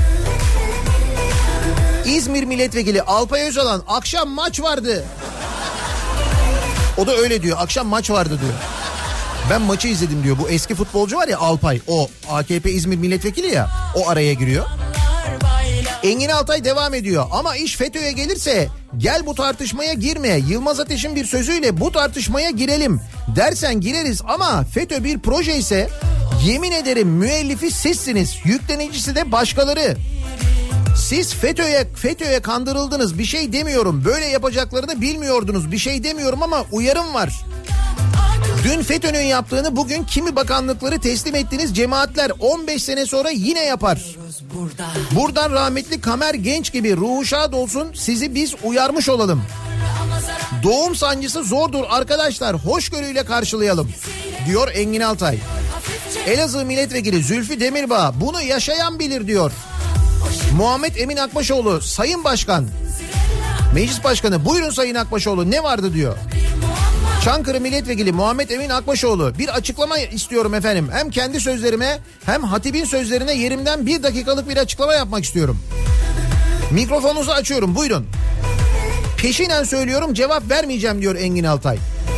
İzmir Milletvekili Alpay Özalan, akşam maç vardı. O da öyle diyor, akşam maç vardı diyor. Ben maçı izledim diyor. Bu eski futbolcu var ya Alpay, o AKP İzmir Milletvekili ya, o araya giriyor. Engin Altay devam ediyor. Ama iş FETÖ'ye gelirse gel bu tartışmaya girme. Yılmaz Ateş'in bir sözüyle bu tartışmaya girelim dersen gireriz, ama FETÖ bir proje ise yemin ederim müellifi sizsiniz, yüklenicisi de başkaları. Siz FETÖ'ye kandırıldınız, bir şey demiyorum. Böyle yapacaklarını bilmiyordunuz, bir şey demiyorum, ama uyarım var. Dün FETÖ'nün yaptığını bugün kimi bakanlıkları teslim ettiğiniz cemaatler 15 sene sonra yine yapar. Buradan rahmetli Kamer Genç gibi ruhu şad olsun, sizi biz uyarmış olalım. Doğum sancısı zordur arkadaşlar, hoşgörüyle karşılayalım diyor Engin Altay. Elazığ Milletvekili Zülfü Demirbağ, bunu yaşayan bilir diyor. Muhammed Emin Akbaşoğlu, Sayın Başkan, Meclis Başkanı, buyurun Sayın Akbaşoğlu, ne vardı diyor. Çankırı Milletvekili Muhammed Emin Akbaşoğlu, bir açıklama istiyorum efendim. Hem kendi sözlerime hem hatibin sözlerine yerimden 1 dakikalık bir açıklama yapmak istiyorum. Mikrofonunuzu açıyorum, buyurun. Peşinen söylüyorum, cevap vermeyeceğim diyor Engin Altay.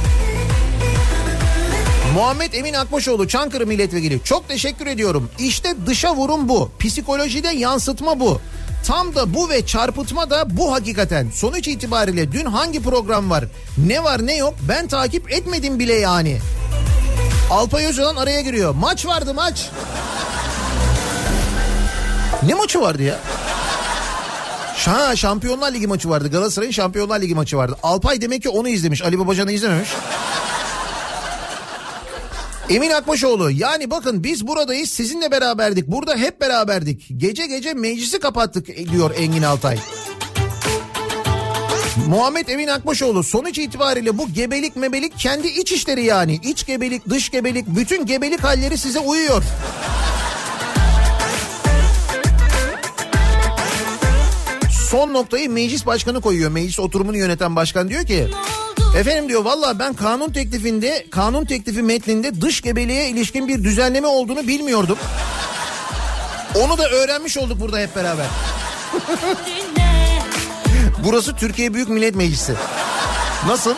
Muhammed Emin Akbaşoğlu, Çankırı Milletvekili, çok teşekkür ediyorum. İşte dışa vurum bu, psikolojide yansıtma bu. Tam da bu ve çarpıtma da bu hakikaten. Sonuç itibariyle dün hangi program var, ne var ne yok ben takip etmedim bile yani. Alpay Özalan araya giriyor. Maç vardı, maç. Ne maçı vardı ya? Şampiyonlar Ligi maçı vardı. Galatasaray'ın Şampiyonlar Ligi maçı vardı. Alpay demek ki onu izlemiş. Ali Babacan'ı izlememiş. Emin Akbaşoğlu, yani bakın biz buradayız, sizinle beraberdik, burada hep beraberdik. Gece gece meclisi kapattık diyor Engin Altay. Muhammed Emin Akbaşoğlu, sonuç itibariyle bu gebelik mebelik kendi iç işleri yani. İç gebelik, dış gebelik, bütün gebelik halleri size uyuyor. Son noktayı meclis başkanı koyuyor. Meclis oturumunu yöneten başkan diyor ki... Efendim diyor, vallahi ben kanun teklifi metninde dış gebeliğe ilişkin bir düzenleme olduğunu bilmiyordum. Onu da öğrenmiş olduk burada hep beraber. Burası Türkiye Büyük Millet Meclisi. Nasıl?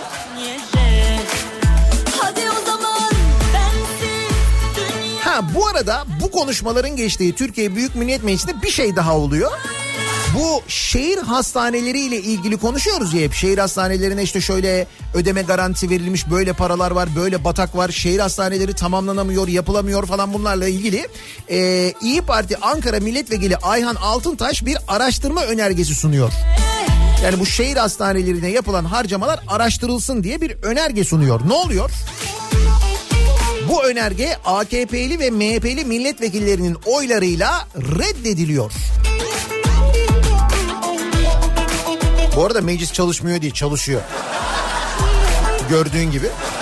Hadi o zaman bensiz dünya. Ha bu arada bu konuşmaların geçtiği Türkiye Büyük Millet Meclisi'nde bir şey daha oluyor. Bu şehir hastaneleriyle ilgili konuşuyoruz ya hep. Şehir hastanelerine işte şöyle ödeme garanti verilmiş, böyle paralar var, böyle batak var. Şehir hastaneleri tamamlanamıyor, yapılamıyor falan, bunlarla ilgili. İYİ Parti Ankara Milletvekili Ayhan Altıntaş bir araştırma önergesi sunuyor. Yani bu şehir hastanelerine yapılan harcamalar araştırılsın diye bir önerge sunuyor. Ne oluyor? Bu önerge AKP'li ve MHP'li milletvekillerinin oylarıyla reddediliyor. Bu arada meclis çalışmıyor değil, çalışıyor. Gördüğün gibi.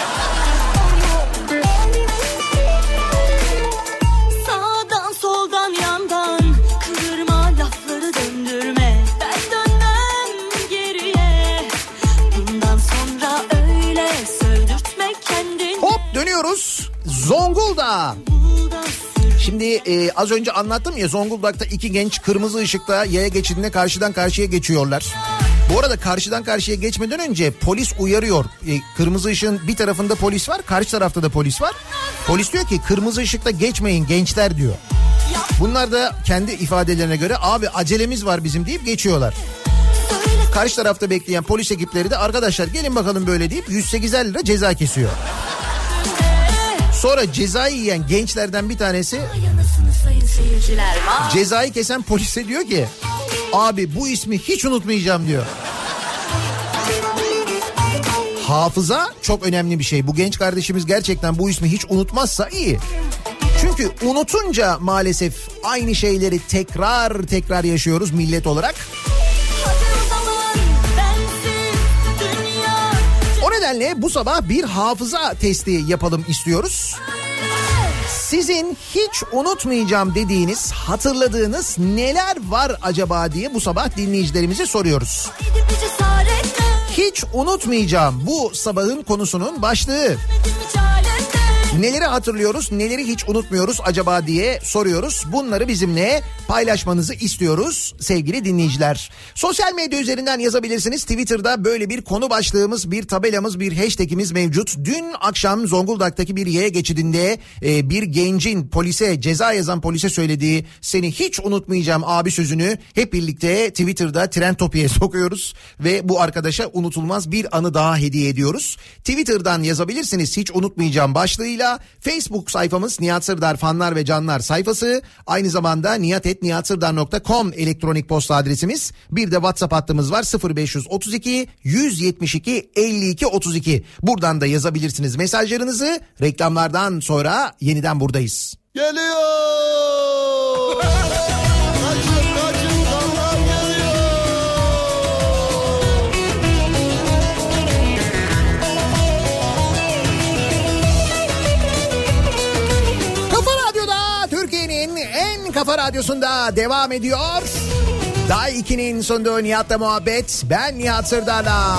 Sağdan soldan yandan kırma lafları döndürme. Ben dönmem geriye. Bundan sonra öyle sövdürtme kendini. Hop dönüyoruz. Zonguldak'a. Şimdi az önce anlattım ya, Zonguldak'ta iki genç kırmızı ışıkta yaya geçidine karşıdan karşıya geçiyorlar. Bu arada karşıdan karşıya geçmeden önce polis uyarıyor. Kırmızı ışığın bir tarafında polis var, karşı tarafta da polis var. Polis diyor ki kırmızı ışıkta geçmeyin gençler diyor. Bunlar da kendi ifadelerine göre abi acelemiz var bizim deyip geçiyorlar. Karşı tarafta bekleyen polis ekipleri de arkadaşlar gelin bakalım böyle deyip 108'er lira ceza kesiyor. Sonra cezayı yiyen gençlerden bir tanesi cezayı kesen polise diyor ki abi bu ismi hiç unutmayacağım diyor. Hafıza çok önemli bir şey. Bu genç kardeşimiz gerçekten bu ismi hiç unutmazsa iyi. Çünkü unutunca maalesef aynı şeyleri tekrar yaşıyoruz millet olarak. O nedenle bu sabah bir hafıza testi yapalım istiyoruz. Sizin hiç unutmayacağım dediğiniz, hatırladığınız neler var acaba diye bu sabah dinleyicilerimize soruyoruz. Hiç unutmayacağım bu sabahın konusunun başlığı. Neleri hatırlıyoruz, neleri hiç unutmuyoruz acaba diye soruyoruz. Bunları bizimle paylaşmanızı istiyoruz sevgili dinleyiciler. Sosyal medya üzerinden yazabilirsiniz. Twitter'da böyle bir konu başlığımız, bir tabelamız, bir hashtagimiz mevcut. Dün akşam Zonguldak'taki bir yaya geçidinde bir gencin polise, ceza yazan polise söylediği seni hiç unutmayacağım abi sözünü hep birlikte Twitter'da Trend Topi'ye sokuyoruz. Ve bu arkadaşa unutulmaz bir anı daha hediye ediyoruz. Twitter'dan yazabilirsiniz hiç unutmayacağım başlığıyla. Facebook sayfamız Nihat Sırdar fanlar ve canlar sayfası. Aynı zamanda nihat@nihatsırdar.com elektronik posta adresimiz. Bir de WhatsApp hattımız var 0532 172 52 32. Buradan da yazabilirsiniz mesajlarınızı. Reklamlardan sonra yeniden buradayız. Geliyor. Kaçın dallar geliyor. Kafa Radyo'da, Türkiye'nin en kafa radyosunda devam ediyor. Daha 2'nin sonunda Nihat'la muhabbet. Ben Nihat Sırdar'la.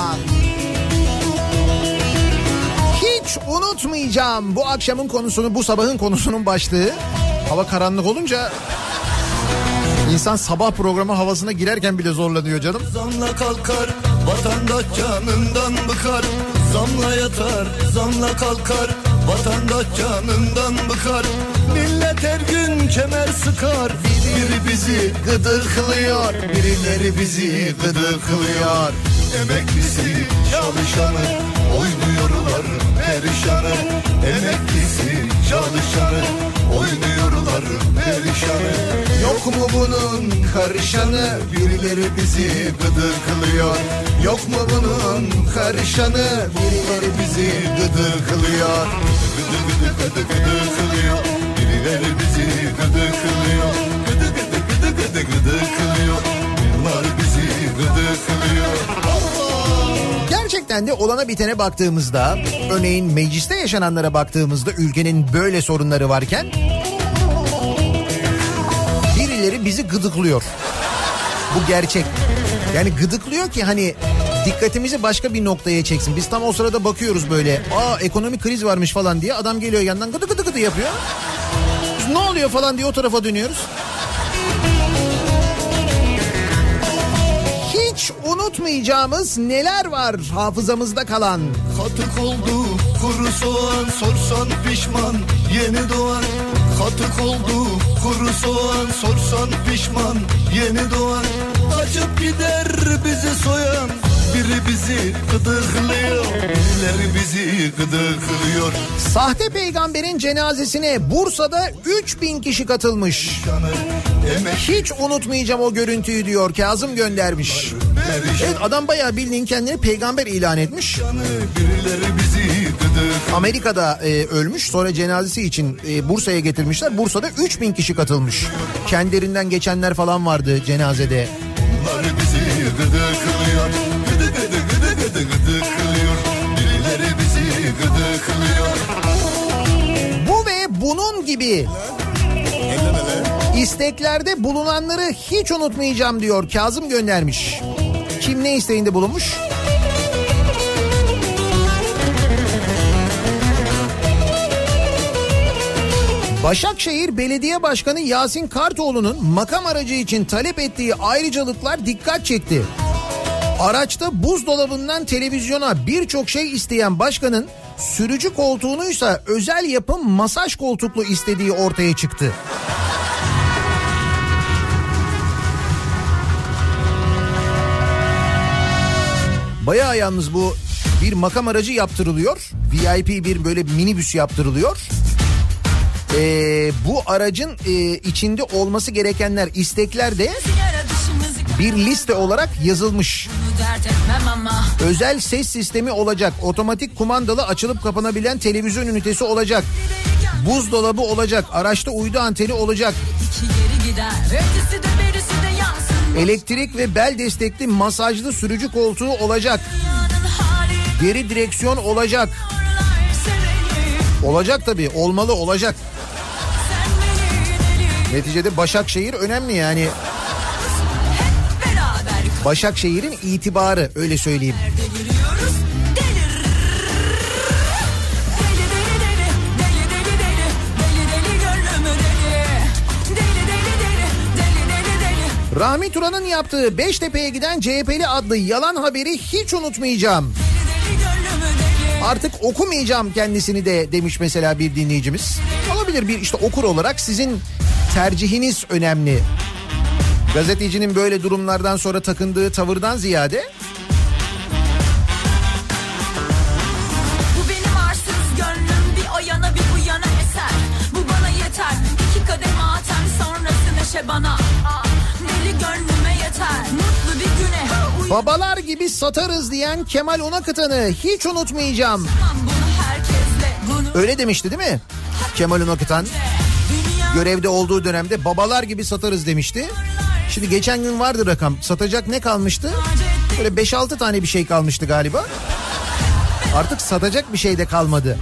Hiç unutmayacağım bu akşamın konusunu, bu sabahın konusunun başlığı. Hava karanlık olunca insan sabah programı havasına girerken bile zorlanıyor canım. Zamla kalkar, vatandaş canından bıkar. Zamla yatar, zamla kalkar, vatandaş canından bıkar. Millet her gün kemer sıkar. Biri bizi gıdıklıyor, birileri bizi gıdıklıyor. Emeklisi, çalışanı, oynuyorlar perişanı. Emeklisi, çalışanı, oynuyorlar perişanı. Yok mu bunun karışanı, birileri bizi gıdıklıyor. Yok mu bunun karışanı, birileri bizi gıdıklıyor. Gıdı gıdı gıdı gıdıklıyor, birileri bizi gıdıklıyor. Gıdı gıdı gıdı gıdı gıdıklıyor, bunlar bizi gıdıklıyor. Gerçekten de olana bitene baktığımızda, örneğin mecliste yaşananlara baktığımızda ülkenin böyle sorunları varken birileri bizi gıdıklıyor. Bu gerçek. Yani gıdıklıyor ki hani dikkatimizi başka bir noktaya çeksin. Biz tam o sırada bakıyoruz böyle. Ekonomik kriz varmış falan diye. Adam geliyor yandan gıdı gıdı gıdı yapıyor. Biz ne oluyor falan diye o tarafa dönüyoruz. Hiç Hiç unutmayacağımız neler var hafızamızda kalan? Katık oldu kuru soğan, sorsan pişman yeni doğan. Katık oldu kuru soğan, sorsan pişman yeni doğan. Kaçıp gider bizi soyan, biri bizi gıdıklıyor, birileri bizi gıdıklıyor. Sahte peygamberin cenazesine Bursa'da 3000 kişi katılmış. Hiç unutmayacağım o görüntüyü diyor, Kazım göndermiş. Evet, adam bayağı bildiğin kendini peygamber ilan etmiş. Amerika'da ölmüş, sonra cenazesi için Bursa'ya getirmişler. Bursa'da 3000 kişi katılmış. Kendilerinden geçenler falan vardı cenazede. Bunlar bizi gıdıklıyor, gıdıklıyor. Birileri bizi gıdıklıyor. Bu ve bunun gibi isteklerde bulunanları hiç unutmayacağım diyor, Kazım göndermiş. Kim ne isteğinde bulunmuş? Başakşehir Belediye Başkanı Yasin Kartoğlu'nun makam aracı için talep ettiği ayrıcalıklar dikkat çekti. Araçta buzdolabından televizyona birçok şey isteyen başkanın sürücü koltuğunuysa özel yapım masaj koltuklu istediği ortaya çıktı. Bayağı yalnız bu bir makam aracı yaptırılıyor. VIP bir böyle minibüs yaptırılıyor. Bu aracın içinde olması gerekenler, istekler de bir liste olarak yazılmış. Özel ses sistemi olacak, otomatik kumandalı açılıp kapanabilen televizyon ünitesi olacak, buzdolabı olacak, araçta uydu anteni olacak, elektrik ve bel destekli masajlı sürücü koltuğu olacak, geri direksiyon olacak. Olacak tabii, olmalı, olacak. Neticede Başakşehir önemli yani. Başakşehir'in itibarı, öyle söyleyeyim. Rahmi Turan'ın yaptığı Beştepe'ye giden CHP'li adlı yalan haberi hiç unutmayacağım. Artık okumayacağım kendisini de demiş mesela bir dinleyicimiz. Olabilir, bir işte okur olarak sizin tercihiniz önemli. Gazetecinin böyle durumlardan sonra takındığı tavırdan ziyade... Bu benim arsız gönlüm, bir o yana bir bu yana eser. Bu bana yeter, 2 kademe atar sonrası neşe bana. Deli gönlüme yeter, mutlu bir güne. Babalar gibi satarız diyen Kemal Unakıtan'ı hiç unutmayacağım. Öyle demişti değil mi? Kemal Unakıtan görevde olduğu dönemde babalar gibi satarız demişti. Şimdi geçen gün vardı rakam. Satacak ne kalmıştı? Böyle 5-6 tane bir şey kalmıştı galiba. Artık satacak bir şey de kalmadı.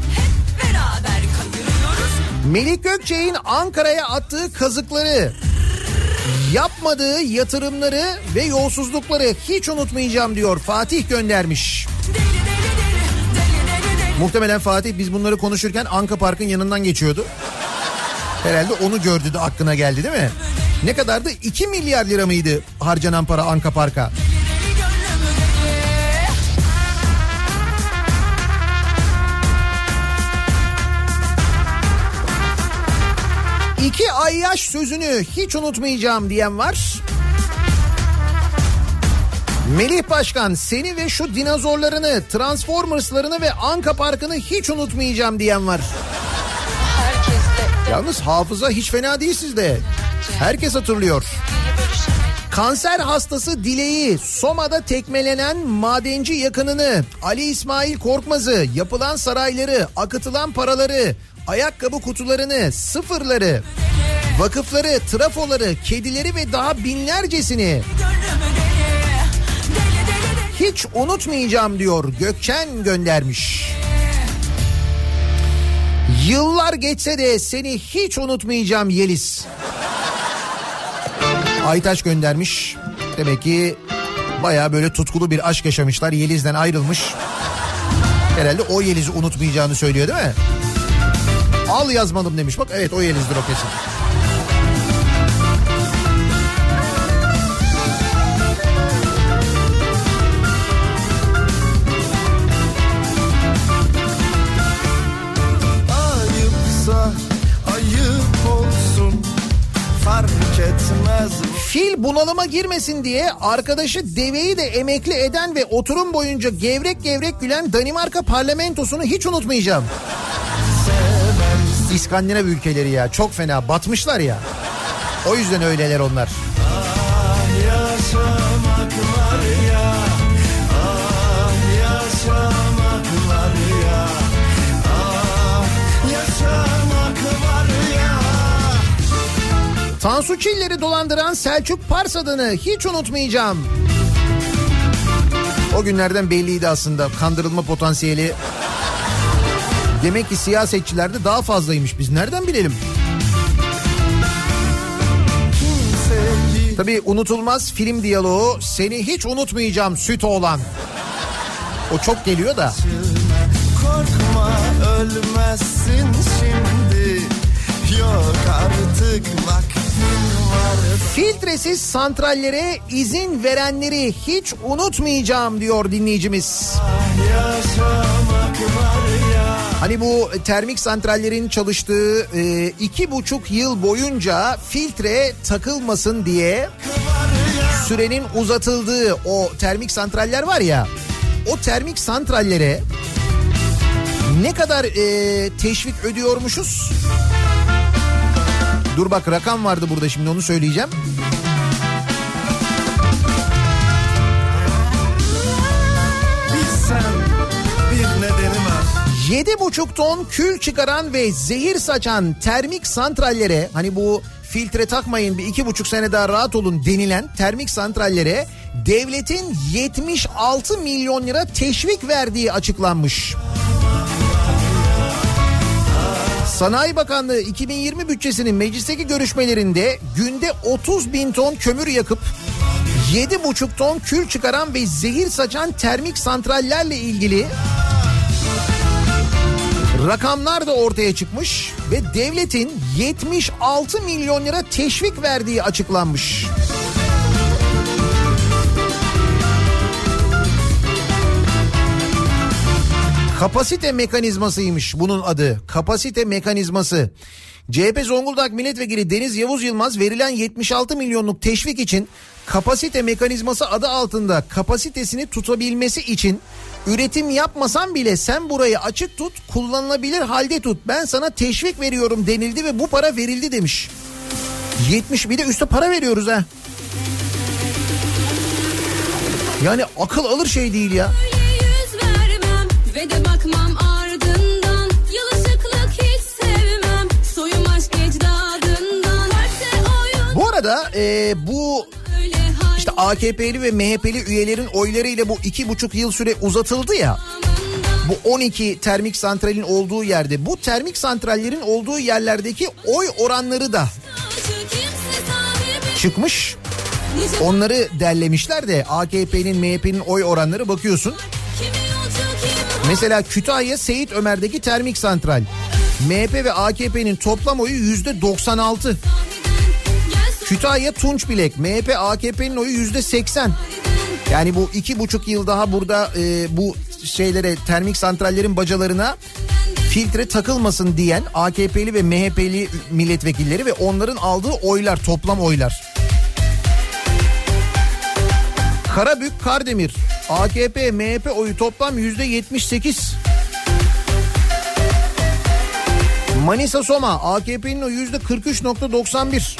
Melik Gökçek'in Ankara'ya attığı kazıkları, yapmadığı yatırımları ve yolsuzlukları hiç unutmayacağım diyor, Fatih göndermiş. Muhtemelen Fatih biz bunları konuşurken Anka Park'ın yanından geçiyordu. Herhalde onu gördü de aklına geldi değil mi? Ne kadardı? 2 milyar lira mıydı harcanan para Anka Park'a? İki ay yaş sözünü hiç unutmayacağım diyen var. Melih Başkan, seni ve şu dinozorlarını, Transformers'larını ve Anka Park'ını hiç unutmayacağım diyen var. Yalnız hafıza hiç fena değil sizde. Herkes hatırlıyor. Kanser hastası Dileği, Soma'da tekmelenen madenci yakınını, Ali İsmail Korkmaz'ı, yapılan sarayları, akıtılan paraları, ayakkabı kutularını, sıfırları, vakıfları, trafoları, kedileri ve daha binlercesini hiç unutmayacağım diyor, Gökçen göndermiş. Yıllar geçse de seni hiç unutmayacağım Yeliz. Aytaç göndermiş. Demek ki baya böyle tutkulu bir aşk yaşamışlar. Yeliz'den ayrılmış. Herhalde o Yeliz'i unutmayacağını söylüyor değil mi? Al yazmadım demiş. Bak evet, o Yeliz'dir o kesin. Fil bunalıma girmesin diye arkadaşı deveyi de emekli eden ve oturum boyunca gevrek gevrek gülen Danimarka parlamentosunu hiç unutmayacağım. İskandinav ülkeleri ya, çok fena batmışlar ya. O yüzden öyleler onlar. Yaşamak var ya, yaşamak var ya, yaşamak var ya. Tansu Çiller'i dolandıran Selçuk Parsadın'ı hiç unutmayacağım. O günlerden belliydi aslında kandırılma potansiyeli. Demek ki siyasetçilerde daha fazlaymış, biz nereden bilelim? Tabii unutulmaz film diyaloğu, seni hiç unutmayacağım süt oğlan. O çok geliyor da. Korkma ölmezsin şimdi, yok artık vaktin var. Filtresiz santrallere izin verenleri hiç unutmayacağım diyor dinleyicimiz. Yaşamak var ya. Hani bu termik santrallerin çalıştığı 2,5 yıl boyunca filtre takılmasın diye sürenin uzatıldığı o termik santraller var ya, o termik santrallere ne kadar teşvik ödüyormuşuz? Dur bak, rakam vardı burada, şimdi onu söyleyeceğim. Bilsen bir nedeni var. 7,5 ton kül çıkaran ve zehir saçan termik santrallere, hani bu filtre takmayın bir 2,5 sene daha rahat olun denilen termik santrallere devletin 76 milyon lira teşvik verdiği açıklanmış. Sanayi Bakanlığı 2020 bütçesinin meclisteki görüşmelerinde günde 30 bin ton kömür yakıp 7,5 ton kül çıkaran ve zehir saçan termik santrallerle ilgili rakamlar da ortaya çıkmış ve devletin 76 milyon lira teşvik verdiği açıklanmış. Kapasite mekanizmasıymış bunun adı. Kapasite mekanizması. CHP Zonguldak Milletvekili Deniz Yavuz Yılmaz verilen 76 milyonluk teşvik için kapasite mekanizması adı altında kapasitesini tutabilmesi için üretim yapmasan bile sen burayı açık tut, kullanılabilir halde tut, ben sana teşvik veriyorum denildi ve bu para verildi demiş. 70, bir de üstü para veriyoruz ha. Yani akıl alır şey değil ya. Ve de bakmam ardından, yalışıklık hiç sevmem, soyum aşk ecdadından. Bu arada bu işte AKP'li ve MHP'li üyelerin oylarıyla bu 2,5 yıl süre uzatıldı ya. Bu 12 termik santralin olduğu yerde, bu termik santrallerin olduğu yerlerdeki oy oranları da çıkmış. Onları derlemişler de AKP'nin MHP'nin oy oranları, bakıyorsun. Mesela Kütahya Seyit Ömer'deki termik santral, MHP ve AKP'nin toplam oyu %96. Kütahya Tunçbilek, MHP AKP'nin oyu %80. Yani bu 2,5 yıl daha burada bu şeylere, termik santrallerin bacalarına filtre takılmasın diyen AKP'li ve MHP'li milletvekilleri ve onların aldığı oylar, toplam oylar. Karabük Kardemir, AKP MHP oyu toplam %78. Manisa Soma, AKP'nin oyu %43.91.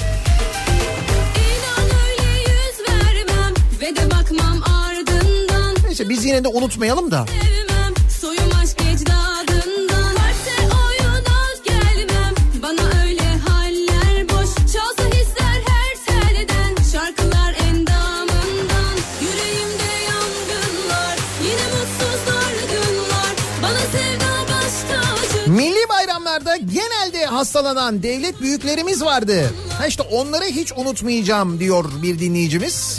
Ve de bakmam ardından. Neyse biz yine de unutmayalım da. Sevmem, soyum aşk ecdadından. Varsa oyuna gelmem, bana öyle haller boş. Çalsa hisler her telden, şarkılar endamından. Yüreğimde yangınlar, yine mutsuz dargınlar. Bana sevda başka acı. Milli bayramlarda genelde hastalanan devlet büyüklerimiz vardı. Ha işte onları hiç unutmayacağım diyor bir dinleyicimiz.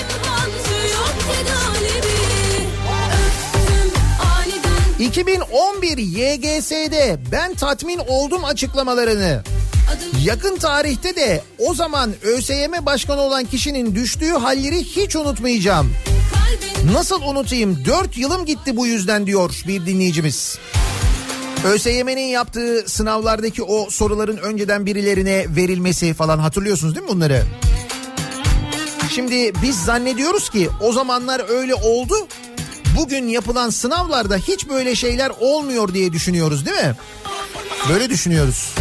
2011 YGS'de ben tatmin oldum açıklamalarını, yakın tarihte de o zaman ÖSYM başkanı olan kişinin düştüğü halleri hiç unutmayacağım. Nasıl unutayım, 4 yılım gitti bu yüzden diyor bir dinleyicimiz. ÖSYM'nin yaptığı sınavlardaki o soruların önceden birilerine verilmesi falan, hatırlıyorsunuz değil mi bunları? Şimdi biz zannediyoruz ki o zamanlar öyle oldu. Bugün yapılan sınavlarda hiç böyle şeyler olmuyor diye düşünüyoruz, değil mi? Böyle düşünüyoruz.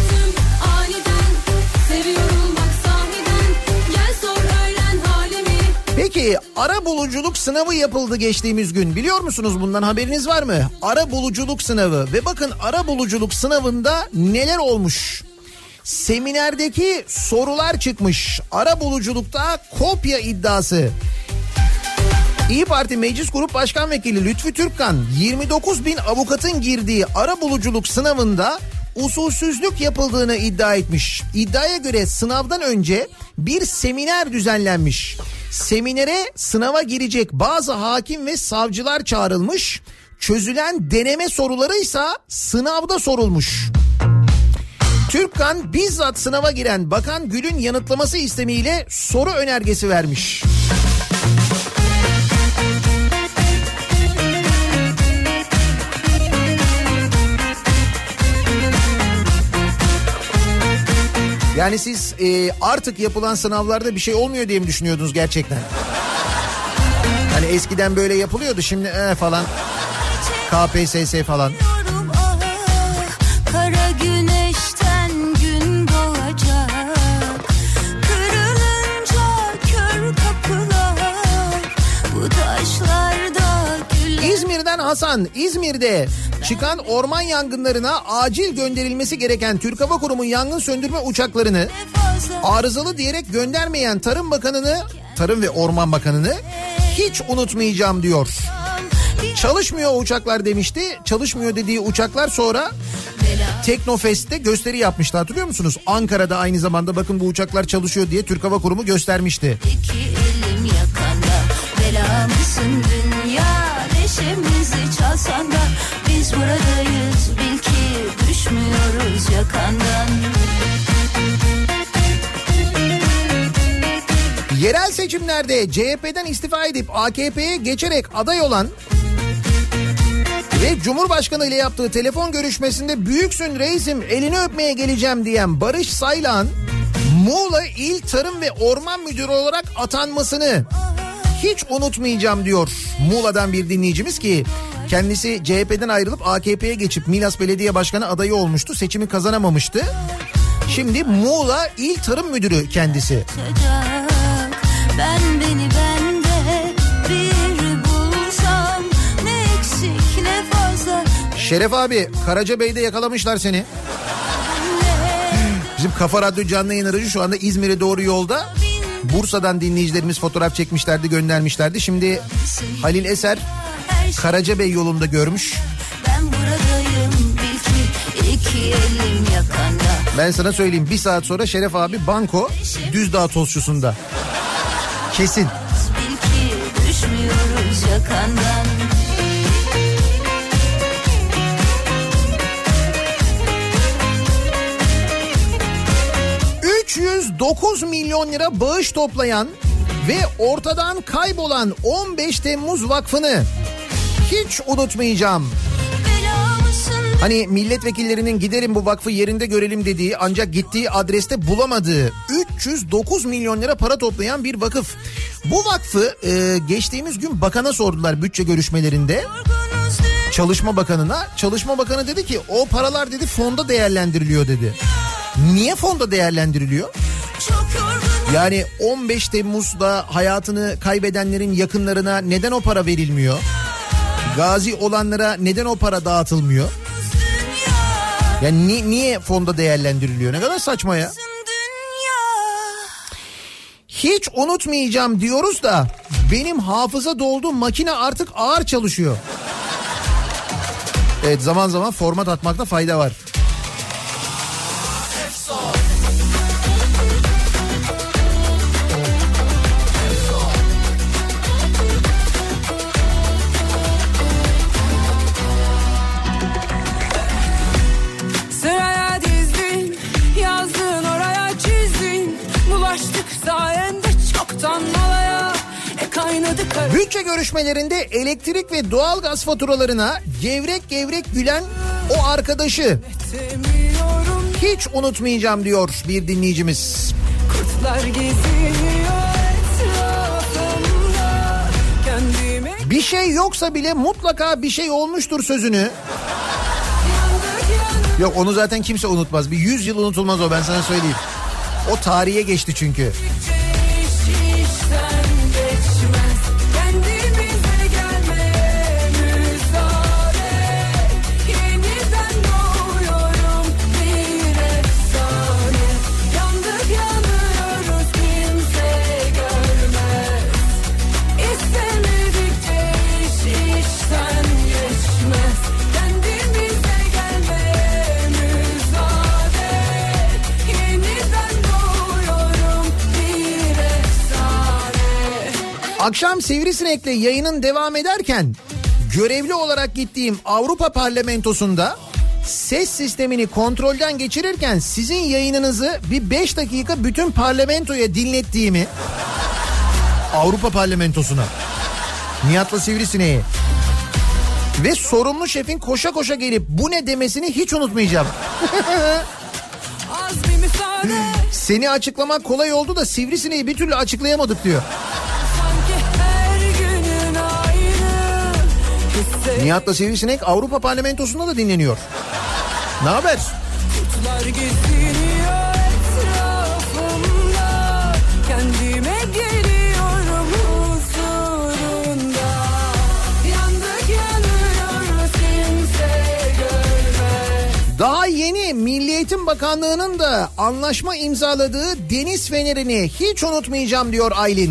Peki arabuluculuk sınavı yapıldı geçtiğimiz gün. Biliyor musunuz, bundan haberiniz var mı? Arabuluculuk sınavı ve bakın arabuluculuk sınavında neler olmuş? Seminerdeki sorular çıkmış. Arabuluculukta kopya iddiası. İYİ Parti Meclis Grup Başkan Vekili Lütfü Türkkan 29 bin avukatın girdiği arabuluculuk sınavında usulsüzlük yapıldığını iddia etmiş. İddiaya göre sınavdan önce bir seminer düzenlenmiş. Seminere sınava girecek bazı hakim ve savcılar çağrılmış. Çözülen deneme soruları ise sınavda sorulmuş. Türkkan bizzat sınava giren Bakan Gül'ün yanıtlaması istemiyle soru önergesi vermiş. Yani siz artık yapılan sınavlarda bir şey olmuyor diye mi düşünüyordunuz gerçekten? Hani eskiden böyle yapılıyordu, şimdi falan KPSS falan. Kara güneşten gün doğacak, kırılınca kör kapılar, bu taşlarda güller. İzmir'den Hasan, İzmir'de çıkan orman yangınlarına acil gönderilmesi gereken Türk Hava Kurumu yangın söndürme uçaklarını arızalı diyerek göndermeyen Tarım ve Orman Bakanı'nı hiç unutmayacağım diyor. Çalışmıyor o uçaklar demişti. Çalışmıyor dediği uçaklar sonra Teknofest'te gösteri yapmıştı, hatırlıyor musunuz? Ankara'da aynı zamanda bakın bu uçaklar çalışıyor diye Türk Hava Kurumu göstermişti. İki elim yakanda, bela mısın dünya, neşemizi çalsan da biz buradayız, bil ki düşmüyoruz yakandan. Yerel seçimlerde CHP'den istifa edip AKP'ye geçerek aday olan ve Cumhurbaşkanı ile yaptığı telefon görüşmesinde büyüksün reisim elini öpmeye geleceğim diyen Barış Saylan Muğla İl Tarım ve Orman Müdürü olarak atanmasını hiç unutmayacağım diyor Muğla'dan bir dinleyicimiz ki kendisi CHP'den ayrılıp AKP'ye geçip Milas Belediye Başkanı adayı olmuştu, seçimi kazanamamıştı. Şimdi Muğla İl Tarım Müdürü kendisi. Ben beni bende bir bulsam, ne eksik ne fazla. Şeref abi, Karacabey'de yakalamışlar seni. Bizim Kafa Radyo canlı yayın aracı şu anda İzmir'e doğru yolda. Bursa'dan dinleyicilerimiz fotoğraf çekmişlerdi, göndermişlerdi. Şimdi Halil Eser Karacabey yolunda görmüş. Ben buradayım, bil ki iki elim yakanda. Ben sana söyleyeyim, bir saat sonra Şeref abi banko Düzdağ tozçusunda. Kesin. Bil ki düşmüyoruz yakandan. 309 milyon lira bağış toplayan ve ortadan kaybolan 15 Temmuz Vakfı'nı hiç unutmayacağım. Hani milletvekillerinin giderim bu vakfı yerinde görelim dediği ancak gittiği adreste bulamadığı 309 milyon lira para toplayan bir vakıf. Bu vakfı geçtiğimiz gün bakana sordular bütçe görüşmelerinde. Çalışma Bakanı'na. Çalışma Bakanı dedi ki o paralar dedi fonda değerlendiriliyor dedi. Niye fonda değerlendiriliyor? Yani 15 Temmuz'da hayatını kaybedenlerin yakınlarına neden o para verilmiyor? Gazi olanlara neden o para dağıtılmıyor? Yani niye fonda değerlendiriliyor? Ne kadar saçma ya. Hiç unutmayacağım diyoruz da benim hafıza doldu, makine artık ağır çalışıyor. Evet, zaman zaman format atmakta fayda var. Sıraya dizdin, yazdın oraya çizdin, bulaştık sayende çoktan malaya, kaynadı karı. Bütçe görüşmelerinde elektrik ve doğalgaz faturalarına gevrek gevrek gülen o arkadaşı hiç unutmayacağım diyor bir dinleyicimiz. Kurtlar geziyor etrafta. Bir şey yoksa bile mutlaka bir şey olmuştur sözünü. Yok, onu zaten kimse unutmaz. Bir 100 yıl unutulmaz o, ben sana söyleyeyim. O tarihe geçti çünkü. Akşam Sivrisinek'le yayının devam ederken görevli olarak gittiğim Avrupa Parlamentosu'nda ses sistemini kontrolden geçirirken sizin yayınınızı bir 5 dakika bütün parlamentoya dinlettiğimi, Avrupa Parlamentosu'na, Nihat'la Sivrisinek'e, ve sorumlu şefin koşa koşa gelip bu ne demesini hiç unutmayacağım. Seni açıklamak kolay oldu da Sivrisinek'i bir türlü açıklayamadık diyor. Nihat'la Sivrisinek Avrupa Parlamentosu'nda da dinleniyor. Ne haber? Kutlar geziniyor etrafımda, kendime geliyorum huzurunda. Yandık yanıyoruz, kimse görmez. Daha yeni Milli Eğitim Bakanlığı'nın da anlaşma imzaladığı deniz fenerini hiç unutmayacağım diyor Aylin.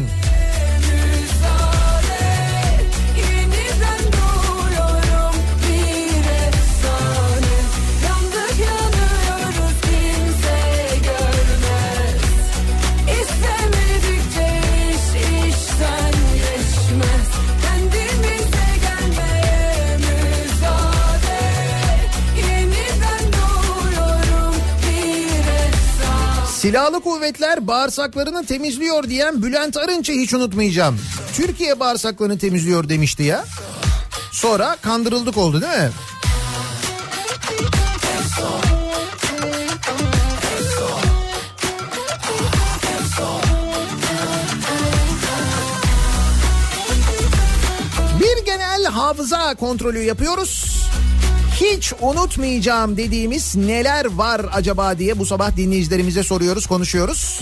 Silahlı kuvvetler bağırsaklarını temizliyor diyen Bülent Arınç'ı hiç unutmayacağım. Türkiye bağırsaklarını temizliyor demişti ya. Sonra kandırıldık oldu değil mi? Bir genel hafıza kontrolü yapıyoruz. Hiç unutmayacağım dediğimiz neler var acaba diye bu sabah dinleyicilerimize soruyoruz, konuşuyoruz.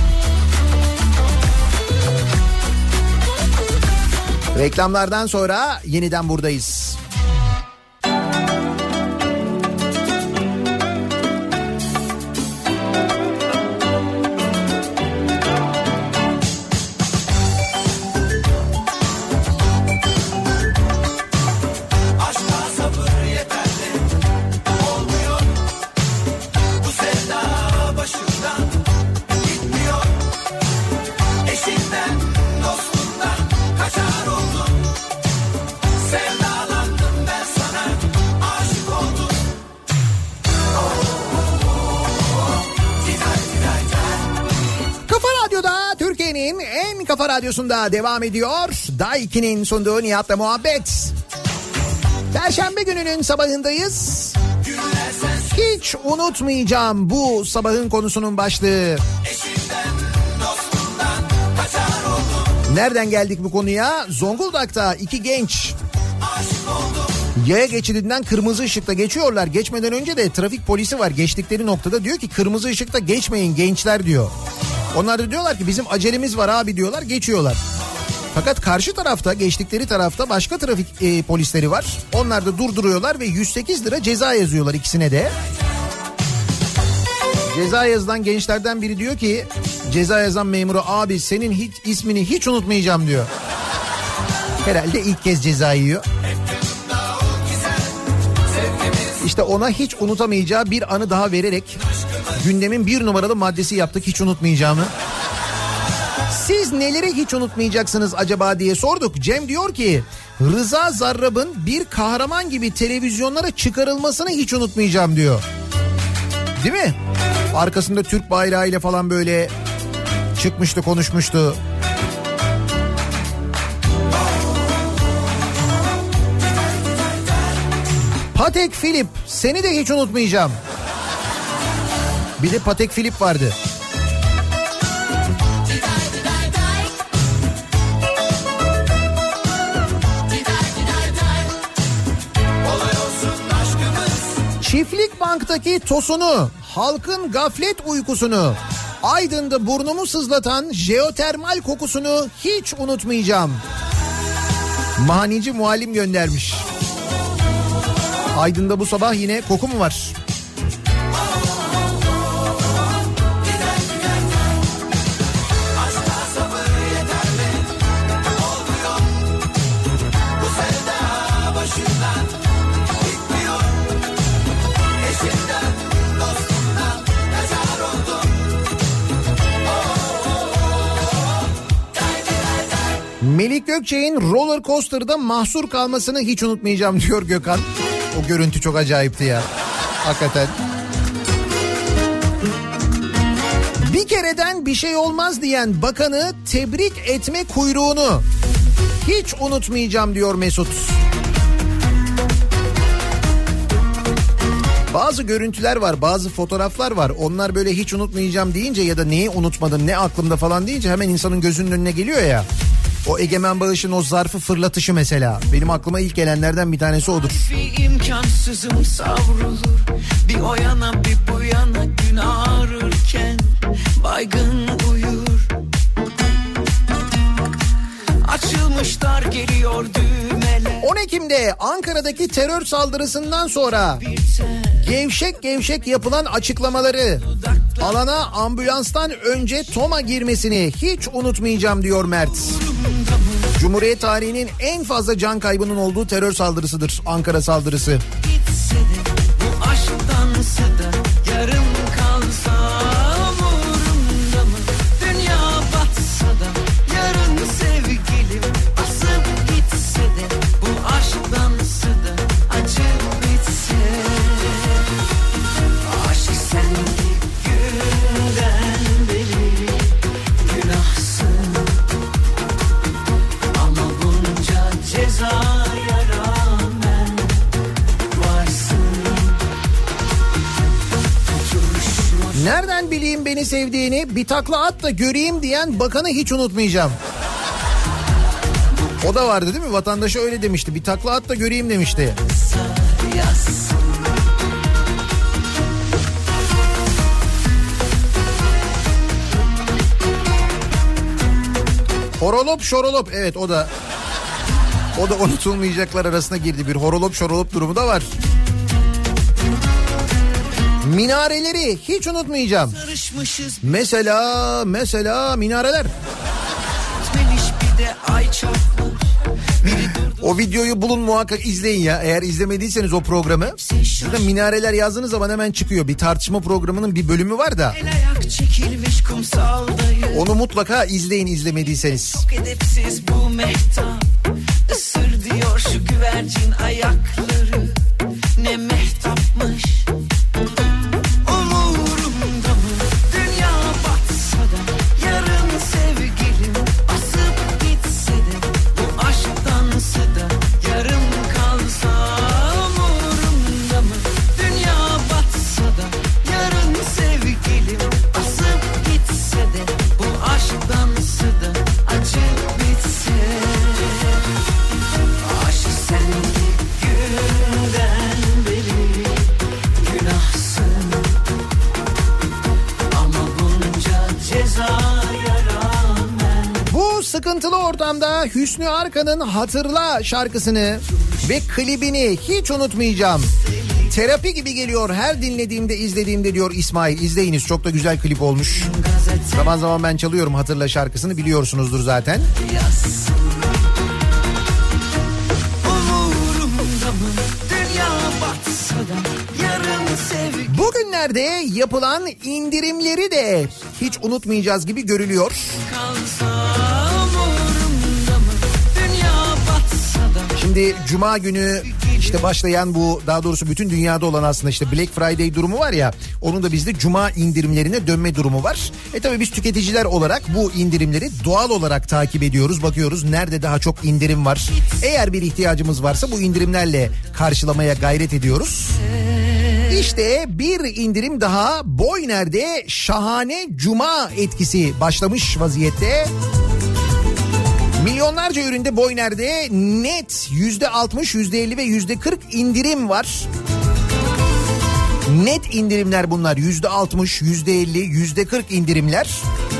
Reklamlardan sonra yeniden buradayız. Kafa Radyosu'nda devam ediyor. Daiki'nin sunduğu Nihat'la Muhabbet. Perşembe gününün sabahındayız. Hiç unutmayacağım bu sabahın konusunun başlığı. Nereden geldik bu konuya? Zonguldak'ta iki genç yaya geçidinden kırmızı ışıkta geçiyorlar. Geçmeden önce de trafik polisi var. Geçtikleri noktada diyor ki kırmızı ışıkta geçmeyin gençler diyor. Onlar da diyorlar ki bizim acelemiz var abi diyorlar, geçiyorlar. Fakat karşı tarafta, geçtikleri tarafta başka trafik polisleri var. Onlar da durduruyorlar ve 108 lira ceza yazıyorlar ikisine de. Ceza yazılan gençlerden biri diyor ki ceza yazan memuru, abi senin hiç ismini hiç unutmayacağım diyor. Herhalde ilk kez ceza yiyor. İşte ona hiç unutamayacağı bir anı daha vererek gündemin bir numaralı maddesi yaptık hiç unutmayacağımı. Siz neleri hiç unutmayacaksınız acaba diye sorduk. Cem diyor ki Rıza Zarrab'ın bir kahraman gibi televizyonlara çıkarılmasını hiç unutmayacağım diyor. Değil mi? Arkasında Türk bayrağıyla falan böyle çıkmıştı, konuşmuştu. Patek Philippe, seni de hiç unutmayacağım. Bir de Patek Philippe vardı. Çiftlik Bank'taki tosunu, halkın gaflet uykusunu, Aydın'da burnumu sızlatan jeotermal kokusunu hiç unutmayacağım. Manici muallim göndermiş. Aydın'da bu sabah yine koku mu var? Melik Gökçek'in roller coaster'da mahsur kalmasını hiç unutmayacağım diyor Gökhan. O görüntü çok acayipti ya. Hakikaten. Bir kereden bir şey olmaz diyen bakanı tebrik etme kuyruğunu hiç unutmayacağım diyor Mesut. Bazı görüntüler var, bazı fotoğraflar var. Onlar böyle hiç unutmayacağım deyince ya da neyi unutmadım, ne aklımda falan deyince hemen insanın gözünün önüne geliyor ya. O Egemen Bağış'ın o zarfı fırlatışı mesela. Benim aklıma ilk gelenlerden bir tanesi odur. Bir imkansızım savrulur. Bir o yana bir bu yana gün ağrırken baygın uyur. Açılmışlar geliyor düğmeler. 10 Ekim'de Ankara'daki terör saldırısından sonra gevşek gevşek yapılan açıklamaları, alana ambulanstan önce TOM'a girmesini hiç unutmayacağım diyor Mert. Cumhuriyet tarihinin en fazla can kaybının olduğu terör saldırısıdır Ankara saldırısı. Gitse de bu aşktansa da yarım kalsa umurumda mı? Dünya batsa da yarın sevgilim asıp gitse de bu aşktansa da acı bitse. Aşk sende günden beri günahsın. Ama bunca cezaya rağmen varsın. Nereden bileyim beni sevdiğini, bir takla at da göreyim diyen bakanı hiç unutmayacağım. O da vardı değil mi? Vatandaşa öyle demişti. Bir takla at da göreyim demişti. Horolop şorolop, evet o da unutulmayacaklar arasına girdi, bir horolop şorolop durumu da var. Minareleri hiç unutmayacağım. Mesela minareler. Bir de ay çarpmış. O videoyu bulun, muhakkak izleyin ya. Eğer izlemediyseniz o programı. Zaten minareler yazdığınız zaman hemen çıkıyor. Bir tartışma programının bir bölümü var da. Onu mutlaka izleyin izlemediyseniz. Çok edepsiz bu mehtap. Isır diyor şu güvercin ayakları. Ne mehtapmış. Umurumda mı? Dünya batsa da yarın sevgilim asıp gitse de bu aşktansa da yarım kalsa umurumda mı? Dünya batsa da yarın sevgilim asıp gitse de bu aşktansa da acı bitse. Aşk sende günden beri günahsın. Ama bunca cezaya rağmen. Bu sıkıntılı ortamda Hüsnü Arkan'ın Hatırla şarkısını ve klibini hiç unutmayacağım. Terapi gibi geliyor her dinlediğimde, izlediğimde diyor İsmail. İzleyiniz, çok da güzel klip olmuş. Zaman zaman ben çalıyorum Hatırla şarkısını, biliyorsunuzdur zaten. Umurumda mı? Dünya batsa da yarın sevgi Bugünlerde yapılan indirimleri de hiç unutmayacağız gibi görülüyor. kalsa umurumda mı? Dünya batsa da. Şimdi Cuma günü işte başlayan bu, daha doğrusu bütün dünyada olan aslında işte Black Friday durumu var ya, onun da bizde Cuma indirimlerine dönme durumu var. Tabii biz tüketiciler olarak bu indirimleri doğal olarak takip ediyoruz, bakıyoruz nerede daha çok indirim var. Eğer bir ihtiyacımız varsa bu indirimlerle karşılamaya gayret ediyoruz. İşte bir indirim daha, Boyner'de şahane Cuma etkisi başlamış vaziyette. Milyonlarca üründe Boyner'de net %60, %50 ve %40 indirim var. Net indirimler bunlar. %60, %50, %40 indirimler.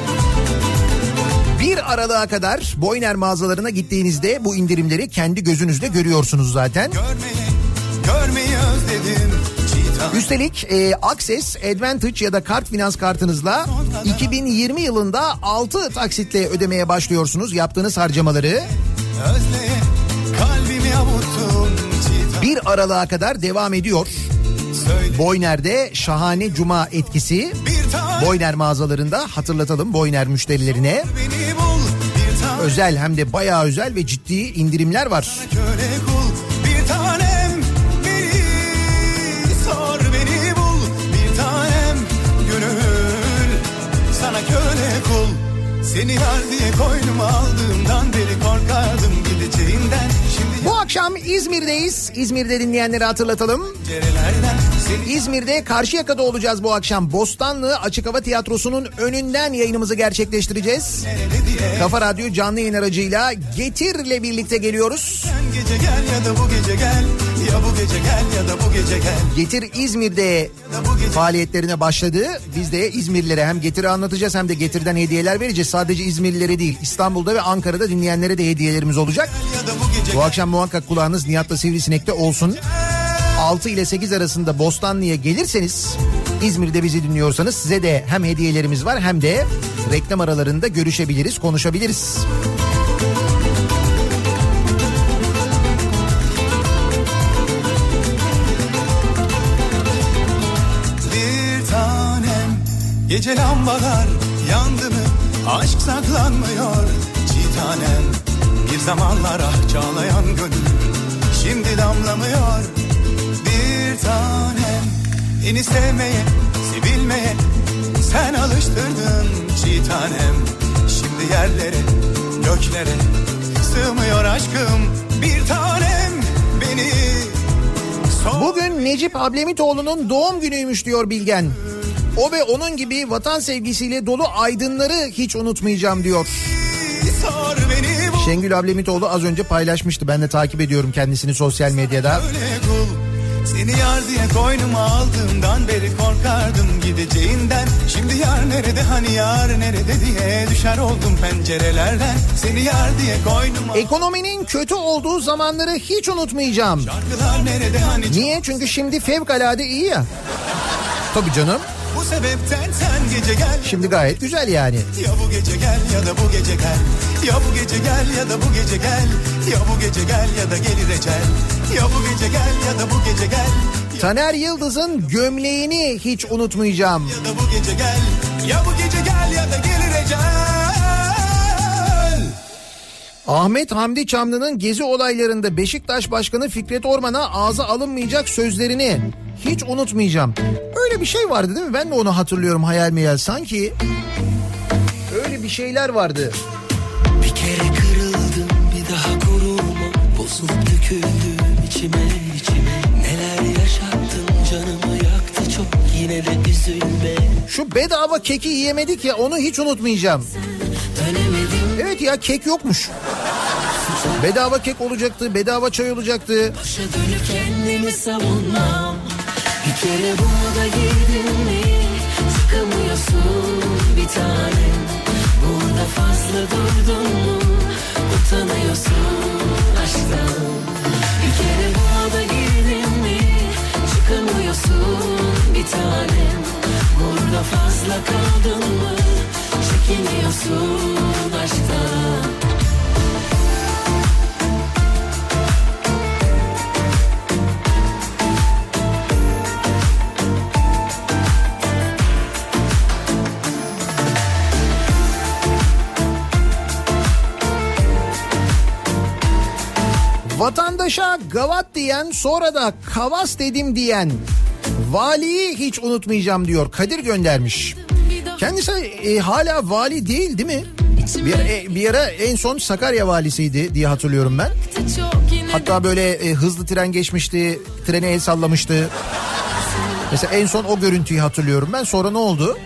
1 Aralık'a kadar Boyner mağazalarına gittiğinizde bu indirimleri kendi gözünüzle görüyorsunuz zaten. Görmeyi özledim. Üstelik Access, Advantage ya da kart finans kartınızla 2020 yılında 6 taksitle ödemeye başlıyorsunuz yaptığınız harcamaları. Özleye kalbimi avuttun. 1 Aralık'a kadar devam ediyor. Boyner'de şahane cuma etkisi. Boyner mağazalarında, hatırlatalım Boyner müşterilerine. Özel, hem de bayağı özel ve ciddi indirimler var. Köle kul bir tanem, beni sor, beni bul bir tanem, gönül sana köle kul. Seni yar diye koynuma aldığımdan beri korkardım gideceğinden. Bu akşam İzmir'deyiz. İzmir'de dinleyenleri hatırlatalım. İzmir'de Karşıyaka'da olacağız bu akşam. Bostanlı Açık Hava Tiyatrosu'nun önünden yayınımızı gerçekleştireceğiz. Kafa Radyo canlı yayın aracıyla Getir'le birlikte geliyoruz. Gece gel ya da bu gece gel, ya bu gece gel ya da bu gece gel. Getir İzmir'de faaliyetlerine başladı. Biz de İzmirlilere hem Getir'i anlatacağız hem de Getir'den hediyeler vereceğiz. Sadece İzmirlilere değil, İstanbul'da ve Ankara'da dinleyenlere de hediyelerimiz olacak. Bu akşam muhakkak kulağınız Nihat'la Sivrisinek'te olsun. 6 ile 8 arasında Bostanlı'ya gelirseniz, İzmir'de bizi dinliyorsanız size de hem hediyelerimiz var hem de reklam aralarında görüşebiliriz, konuşabiliriz. Bir tanem, gece lambalar yandı mı, aşk saklanmıyor. Çiğ tanem, bir zamanlar ah çağlayan gönül şimdi damlamıyor. Bir tanem, beni sevmeye, sevilmeye sen alıştırdın. Çiğ tanem, şimdi yerlere, göklere sığmıyor aşkım. Bir tanem, beni Bugün Necip Hablemitoğlu'nun doğum günüymüş diyor Bilgen. O ve onun gibi vatan sevgisiyle dolu aydınları hiç unutmayacağım diyor. Şengül Hablemitoğlu az önce paylaşmıştı. Ben de takip ediyorum kendisini sosyal medyada. Seni yar diye koynuma aldığımdan beri korkardım gideceğinden. Şimdi yar nerede, hani yar nerede diye düşer oldum pencerelerden. Seni yar diye koynuma... Ekonominin kötü olduğu zamanları hiç unutmayacağım. Şarkılar nerede, hani... Niye? Çünkü şimdi fevkalade iyi ya. Tabii canım. Bu sebepten sen gece gel. Şimdi gayet güzel yani. Ya bu gece gel ya da bu gece gel. Ya bu gece gel ya da bu gece gel. Ya bu gece gel ya da gelir ecel. Ya bu gece gel ya da bu gece gel. Taner Yıldız'ın gömleğini hiç unutmayacağım. Ya da bu gece gel. Ya bu gece gel ya da gelir ecel. Ahmet Hamdi Çamlı'nın gezi olaylarında Beşiktaş Başkanı Fikret Orman'a ağza alınmayacak sözlerini hiç unutmayacağım. Öyle bir şey vardı değil mi? Ben de onu hatırlıyorum hayal meyal. Sanki öyle bir şeyler vardı. Bir kere kırıldım, bir daha gururuma bozulup döküldüm içime. Neler yaşattın, canımı yaktı çok, yine de üzülme. Şu bedava keki yiyemedik ya, onu hiç unutmayacağım. Evet ya, kek yokmuş. Bedava kek olacaktı, bedava çay olacaktı. Başa dönüp kendimi savunmam. Bir kere bunu da girdin mi, çıkamıyorsun bir tanem. Burada fazla durdun mu, utanıyorsun aşktan. Bir kere buna da girdin mi, çıkamıyorsun bir tanem. Burada fazla kaldın mı, çekiniyorsun aşktan. Vatandaşa gavat diyen, sonra da kavas dedim diyen valiyi hiç unutmayacağım diyor. Kadir göndermiş. Kendisi hala vali değil mi? Bir ara en son Sakarya valisiydi diye hatırlıyorum ben. Hatta böyle hızlı tren geçmişti, trene el sallamıştı. Mesela en son o görüntüyü hatırlıyorum ben. Sonra ne oldu?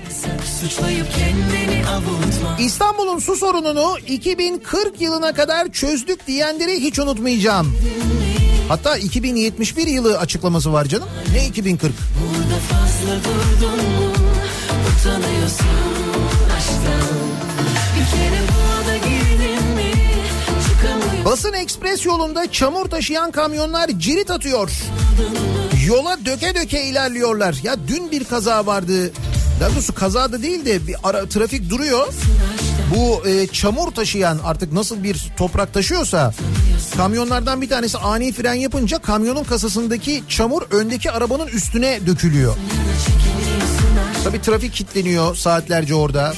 İstanbul'un su sorununu 2040 yılına kadar çözdük diyenleri hiç unutmayacağım. Hatta 2071 yılı açıklaması var canım. Ne 2040? Burada fazla durdun mu? Utanıyorsun aşktan. Bir kere bu ada girdin mi? Çıkamıyorsun. Basın Ekspres yolunda çamur taşıyan kamyonlar cirit atıyor. Yola döke döke ilerliyorlar. Ya dün bir kaza vardı. Daha doğrusu kaza da değil de bir trafik duruyor. Bu çamur taşıyan, artık nasıl bir toprak taşıyorsa, kamyonlardan bir tanesi ani fren yapınca kamyonun kasasındaki çamur öndeki arabanın üstüne dökülüyor. Tabii trafik kilitleniyor saatlerce orada.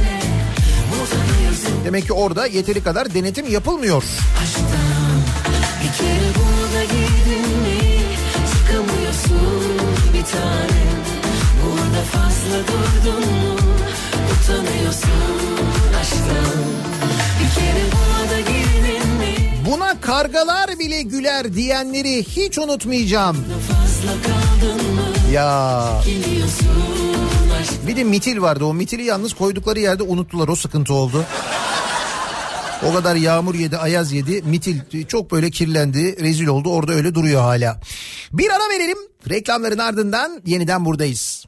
Demek ki orada yeteri kadar denetim yapılmıyor. Bir kere burada girdin mi? Çıkamıyorsun bir tanem. Burada fazla durdun mu? Utanıyorsun aşktan. Bir kere burada girdin mi? Buna kargalar bile güler diyenleri hiç unutmayacağım. Fazla kaldın mı? Ya Biliyorsun aşktan. bir de mitil vardı. O mitili yalnız koydukları yerde unuttular. O sıkıntı oldu. O kadar yağmur yedi, ayaz yedi. Mitil çok böyle kirlendi, rezil oldu. Orada öyle duruyor hala. Bir ara verelim. Reklamların ardından yeniden buradayız.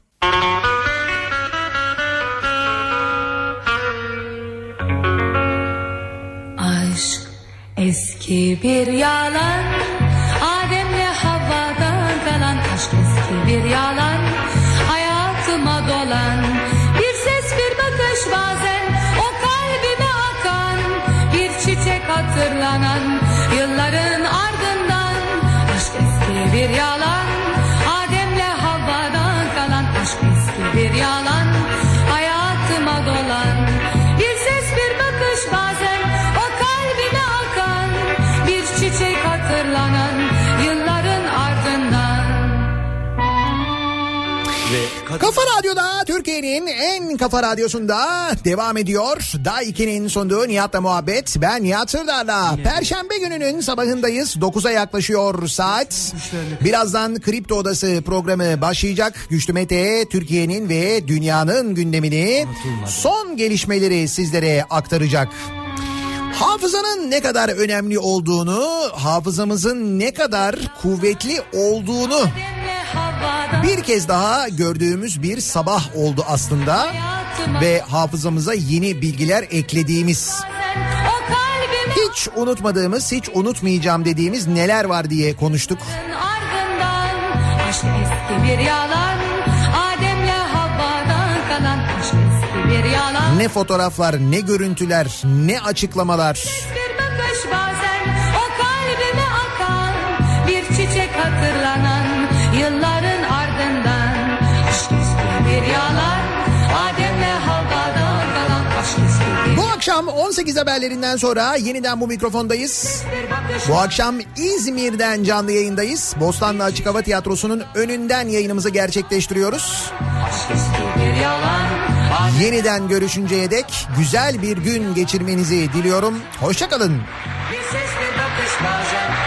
Aşk eski bir yalan, Adem'le Havva'dan kalan. Aşk eski bir yalan, hayatıma dolan. Bir ses, bir bakış, bazen o kalbime akan. Bir çiçek hatırlanan yılların ardından. Aşk eski bir yalan, Adem'le Havva'dan kalan. Aşk eski bir yalan, hayatıma dolan. Bir ses, bir bakış, bazen o kalbime akan. Bir çiçek hatırlanan yılların ardından. Kafa Radyo'da, Türkiye'nin en kafa radyosunda devam ediyor. Daha 2'nin sunduğu Nihat'la muhabbet. Ben Nihat Sırdar'la. Perşembe gününün sabahındayız. 9'a yaklaşıyor saat. Birazdan Kripto Odası programı başlayacak. Güçlü Mete Türkiye'nin ve dünyanın gündemini, son gelişmeleri sizlere aktaracak. Hafızanın ne kadar önemli olduğunu, hafızamızın ne kadar kuvvetli olduğunu bir kez daha gördüğümüz bir sabah oldu aslında ve hafızamıza yeni bilgiler eklediğimiz, hiç unutmadığımız, hiç unutmayacağım dediğimiz neler var diye konuştuk. Ardından aşk eski bir yalan, Adem'le Havva'dan kalan. Aşk eski bir yalan. Ne fotoğraflar, ne görüntüler, ne açıklamalar. Bir bakış, bazen o kalbime akan. Bir çiçek hatırlanan yılların ardından. Aşk eski bir yalan, Adem'le Havva'dan kalan. Aşk eski bir Bu akşam 18 haberlerinden sonra yeniden bu mikrofondayız. Bu akşam İzmir'den canlı yayındayız. Bostanlı Açık Hava Tiyatrosu'nun önünden yayınımızı gerçekleştiriyoruz. aşk eski bir yalan. Yeniden görüşünceye dek güzel bir gün geçirmenizi diliyorum. Hoşça kalın. Bir ses, bir bakış, bazen